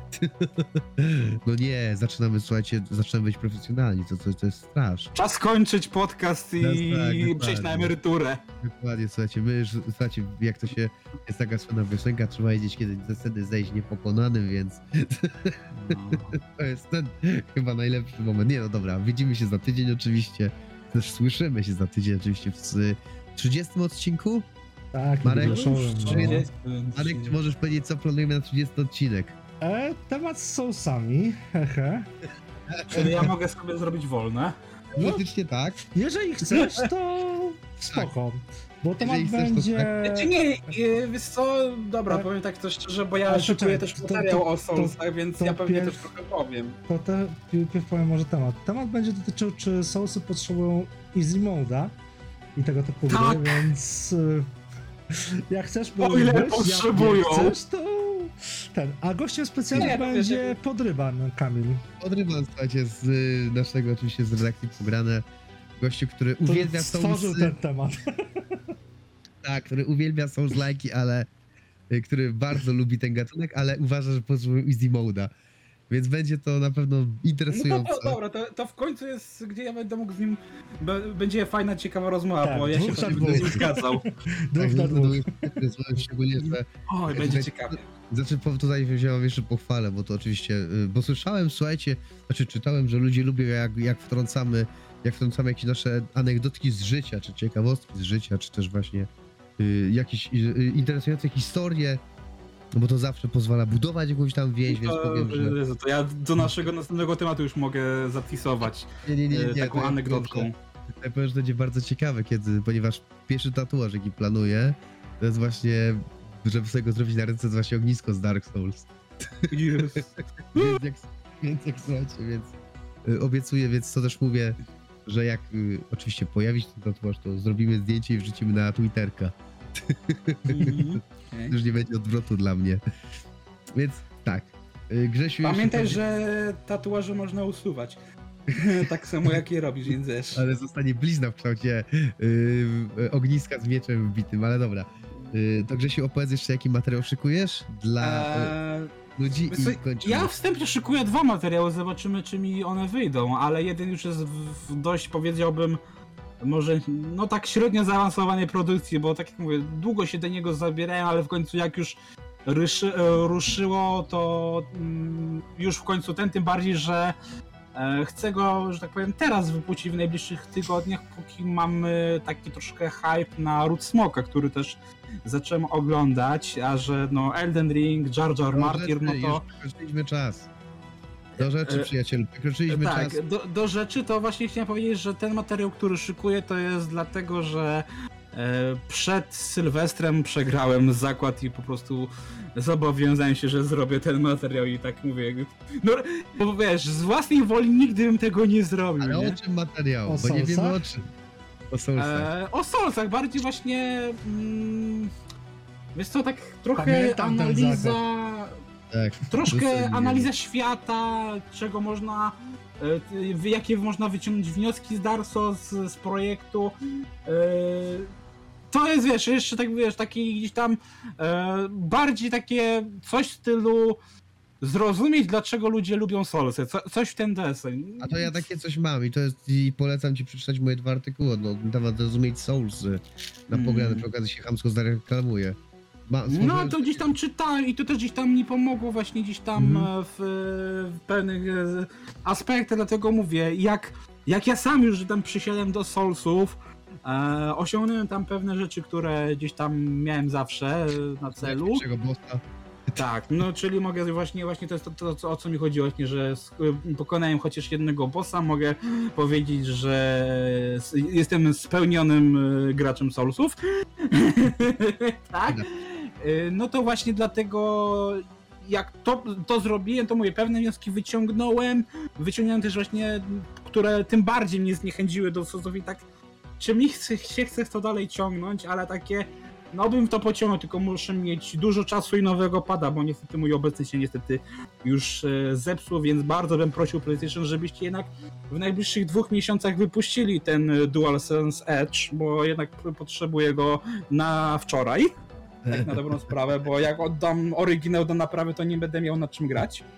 No nie, słuchajcie, zaczynamy być profesjonalni, to jest strasz. Czas kończyć podcast i Tak, przejść na dokładnie. emeryturę. Dokładnie, słuchajcie, my już, słuchajcie, jak to się, jest taka słynna piosenka, trzeba wiedzieć, kiedy ze sceny zejść niepokonanym, więc No. to jest ten chyba najlepszy moment. Nie, no dobra, widzimy się za tydzień oczywiście, też słyszymy się za tydzień oczywiście w 30 odcinku. Tak, Marek, jubileuszowym, Marek, czy możesz powiedzieć, co planujemy na 30 odcinek? Temat z sousami, hehe. Czyli ja mogę sobie zrobić wolne. No. Faktycznie tak. Jeżeli chcesz, to spoko. Bo temat Jeżeli chcesz, to będzie... Czy nie, wiesz co, dobra, Tak. powiem tak to szczerze, bo ja Ale szykuję czekaj, też to- materiał to- o Soulsach, więc to ja pewnie też pierw- trochę powiem. To pierw powiem może temat. Temat będzie dotyczył, czy sousy potrzebują easy mode'a i tego typu gry, Tak. więc jak chcesz, O ile być, potrzebują. Jak chcesz, to ten. A gościem specjalnym Nie, to będzie wiecie- Podryban Kamil. Odrywam, słuchajcie, z naszego oczywiście z redakcji Pograne. Gościu, który To uwielbia stworzył Soulsy. ten temat. Tak, który uwielbia Souls-like'i, ale który bardzo lubi ten gatunek, ale uważa, że potrzebują easy mode'a. Więc będzie to na pewno No interesujące. to dobra, to w końcu jest, gdzie ja będę mógł z nim, będzie fajna, ciekawa rozmowa, Tak, bo ja się dwóch na pewnie dwóch. będę nie zgadzał. Dwóch na dwóch. Szczególnie, że Oj, będzie ciekawie. znaczy tutaj wziąłem jeszcze pochwalę, bo to oczywiście, bo słyszałem, słuchajcie, znaczy czytałem, że ludzie lubią jak wtrącamy jakieś nasze anegdotki z życia, czy ciekawostki z życia, czy też właśnie jakieś interesujące historie, no bo to zawsze pozwala budować jakąś tam więź, więc powiem, że... To ja do naszego następnego tematu już mogę zapisować Nie, taką to anegdotką. ja powiem, że to będzie bardzo ciekawe, ponieważ pierwszy tatuaż, jaki planuję, to jest właśnie, żeby sobie go zrobić na ręce, to właśnie ognisko z Dark Souls. Więc jak słuchajcie, więc obiecuję, więc to też mówię, że jak oczywiście pojawi się ten tatuaż, to zrobimy zdjęcie i wrzucimy na Twitterka. Mhm. Już nie będzie odwrotu dla mnie. Więc tak. Grzesiu Pamiętaj, jeszcze... że tatuaże można usuwać. Tak samo jak je robisz, więc wiesz. Ale zostanie blizna w kształcie ogniska z mieczem wbitym, ale dobra. To Grzesiu, opowiedz jeszcze, jaki materiał szykujesz dla ludzi Wiesz co, i kończymy. ja wstępnie szykuję 2 materiały, zobaczymy czy mi one wyjdą, ale jeden już jest w dość, powiedziałbym, może no tak średnio zaawansowanej produkcji, bo tak jak mówię, długo się do niego zabierałem, ale w końcu jak już ruszyło, to już w końcu tym bardziej, że chcę go, że tak powiem, teraz wypuścić w najbliższych tygodniach, póki mamy taki troszkę hype na Root Smoke'a, który też zacząłem oglądać, a że no Elden Ring, Jar Jar Martyr, no to... Już przekroczyliśmy czas. Do rzeczy, przyjacielu, przekroczyliśmy Tak, czas. do rzeczy to właśnie chciałem powiedzieć, że ten materiał, który szykuję, to jest dlatego, że przed Sylwestrem przegrałem zakład i po prostu zobowiązałem się, że zrobię ten materiał i tak mówię, no bo wiesz, z własnej woli nigdy bym tego nie zrobił, Ale nie? o czym materiał? O Bo nie wiemy Soulsach? o czym. O Soulsach. O Soulsach, bardziej właśnie wiesz co, tak trochę Pamiętam ten analiza, Tak. troszkę Dostępnie. analiza świata, czego można, jakie można wyciągnąć wnioski z Dark Souls, z projektu. To jest, wiesz, jeszcze tak, wiesz, taki gdzieś tam bardziej takie coś w stylu zrozumieć, dlaczego ludzie lubią Soulsy, coś w ten deseń. A to ja takie coś mam i polecam ci przeczytać moje 2 artykuły na temat zrozumieć Soulsy na Pograne, przy okazji się chamsko zareklamuję. No to gdzieś tam czytałem i to też gdzieś tam mi pomogło właśnie gdzieś tam w pewnych aspektach, dlatego mówię, jak ja sam już tam przysiadłem do Soulsów, osiągnąłem tam pewne rzeczy, które gdzieś tam miałem zawsze na celu. Najlepszego bossa. Tak, no czyli mogę właśnie to jest to o co mi chodzi właśnie, że pokonałem chociaż jednego bossa, mogę powiedzieć, że jestem spełnionym graczem Soulsów. Tak. No to właśnie dlatego jak to zrobiłem, to mówię, pewne wnioski wyciągnąłem też właśnie, które tym bardziej mnie zniechęciły do Soulsów i tak, czy mi się chce w to dalej ciągnąć, ale takie, no bym w to pociągnął, tylko muszę mieć dużo czasu i nowego pada, bo niestety mój obecny się niestety już zepsuł, więc bardzo bym prosił PlayStation, żebyście jednak w najbliższych 2 miesiącach wypuścili ten DualSense Edge, bo jednak potrzebuję go na wczoraj, tak na dobrą sprawę, bo jak oddam oryginał do naprawy, to nie będę miał nad czym grać.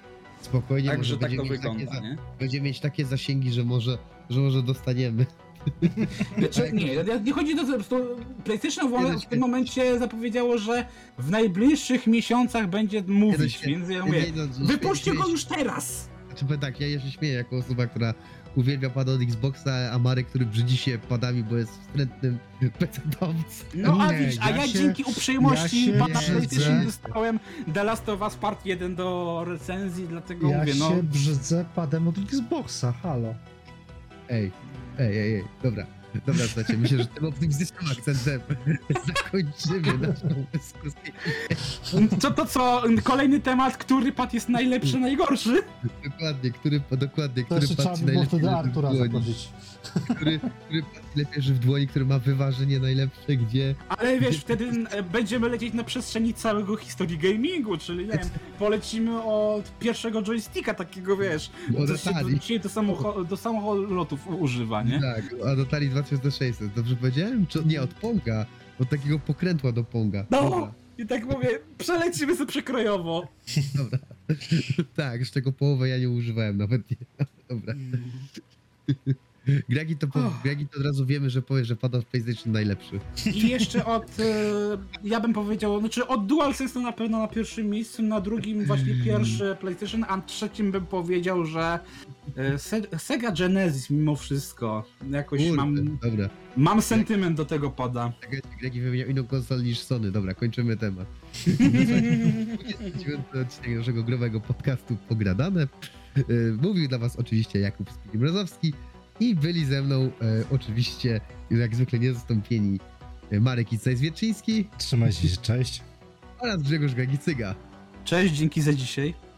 spokojnie, Także może tak będzie to mieć wygląda, nie? będzie mieć takie zasięgi, że może dostaniemy. Znaczy, nie chodzi o to, po prostu PlayStation w tym momencie zapowiedziało, że w najbliższych miesiącach będzie mówić, więc ja mówię, wypuśćcie go już teraz! Znaczy, powiem tak, ja się śmieję jako osoba, która uwielbia pada od Xboxa, a Marek, który brzydzi się padami, bo jest wstrętnym pecetowcem. No a Nie, widzisz, a ja ja się- dzięki uprzejmości ja się pana brzydzę. PlayStation dostałem The Last of Us Part 1 do recenzji, dlatego Ja mówię, no... się brzydzę padem od Xboxa, halo. Ej, dobra, słuchajcie, myślę, że tym optymistycznym akcentem zakończymy naszą dyskusję. To co, kolejny temat, który pad jest najlepszy, najgorszy? Dokładnie, To który jeszcze trzeba pad ci by było najlepiej wtedy leży w Artura dłoni, zaprosić. który pad ci lepiej leży w dłoni, który ma wyważenie najlepsze, gdzie... Ale wiesz, wtedy będziemy lecieć na przestrzeni całego historii gamingu, czyli nie wiem, polecimy od pierwszego joysticka takiego, wiesz, Od co się Atari. dzisiaj do samolotów używa, nie? Tak, a do Atari 2600, dobrze powiedziałem? Nie, od Ponga, od takiego pokrętła do Ponga. No! Dobra. I tak mówię, przelecimy sobie przekrojowo. Dobra. Tak, z czego połowę ja nie używałem, nawet nie. Dobra. Gregi to od razu wiemy, że powie, że pada w PlayStation najlepszy. I jeszcze ja bym powiedział, znaczy od DualSense to na pewno na pierwszym miejscu, na drugim właśnie pierwszy PlayStation, a trzecim bym powiedział, że Sega Genesis mimo wszystko. Jakoś Kurde, dobra. mam sentyment do tego pada. Czekajcie, Gregi wymieniał inną konsolę niż Sony. Dobra, kończymy temat. 29 odcinek naszego growego podcastu Pogradane. Mówił dla was oczywiście Jakub Spikim-Rozowski i byli ze mną oczywiście, jak zwykle niezastąpieni, Marek Icaj-Zwierczyński Trzymajcie się, cześć. oraz Grzegorz Gagicyga. Cześć, dzięki za dzisiaj.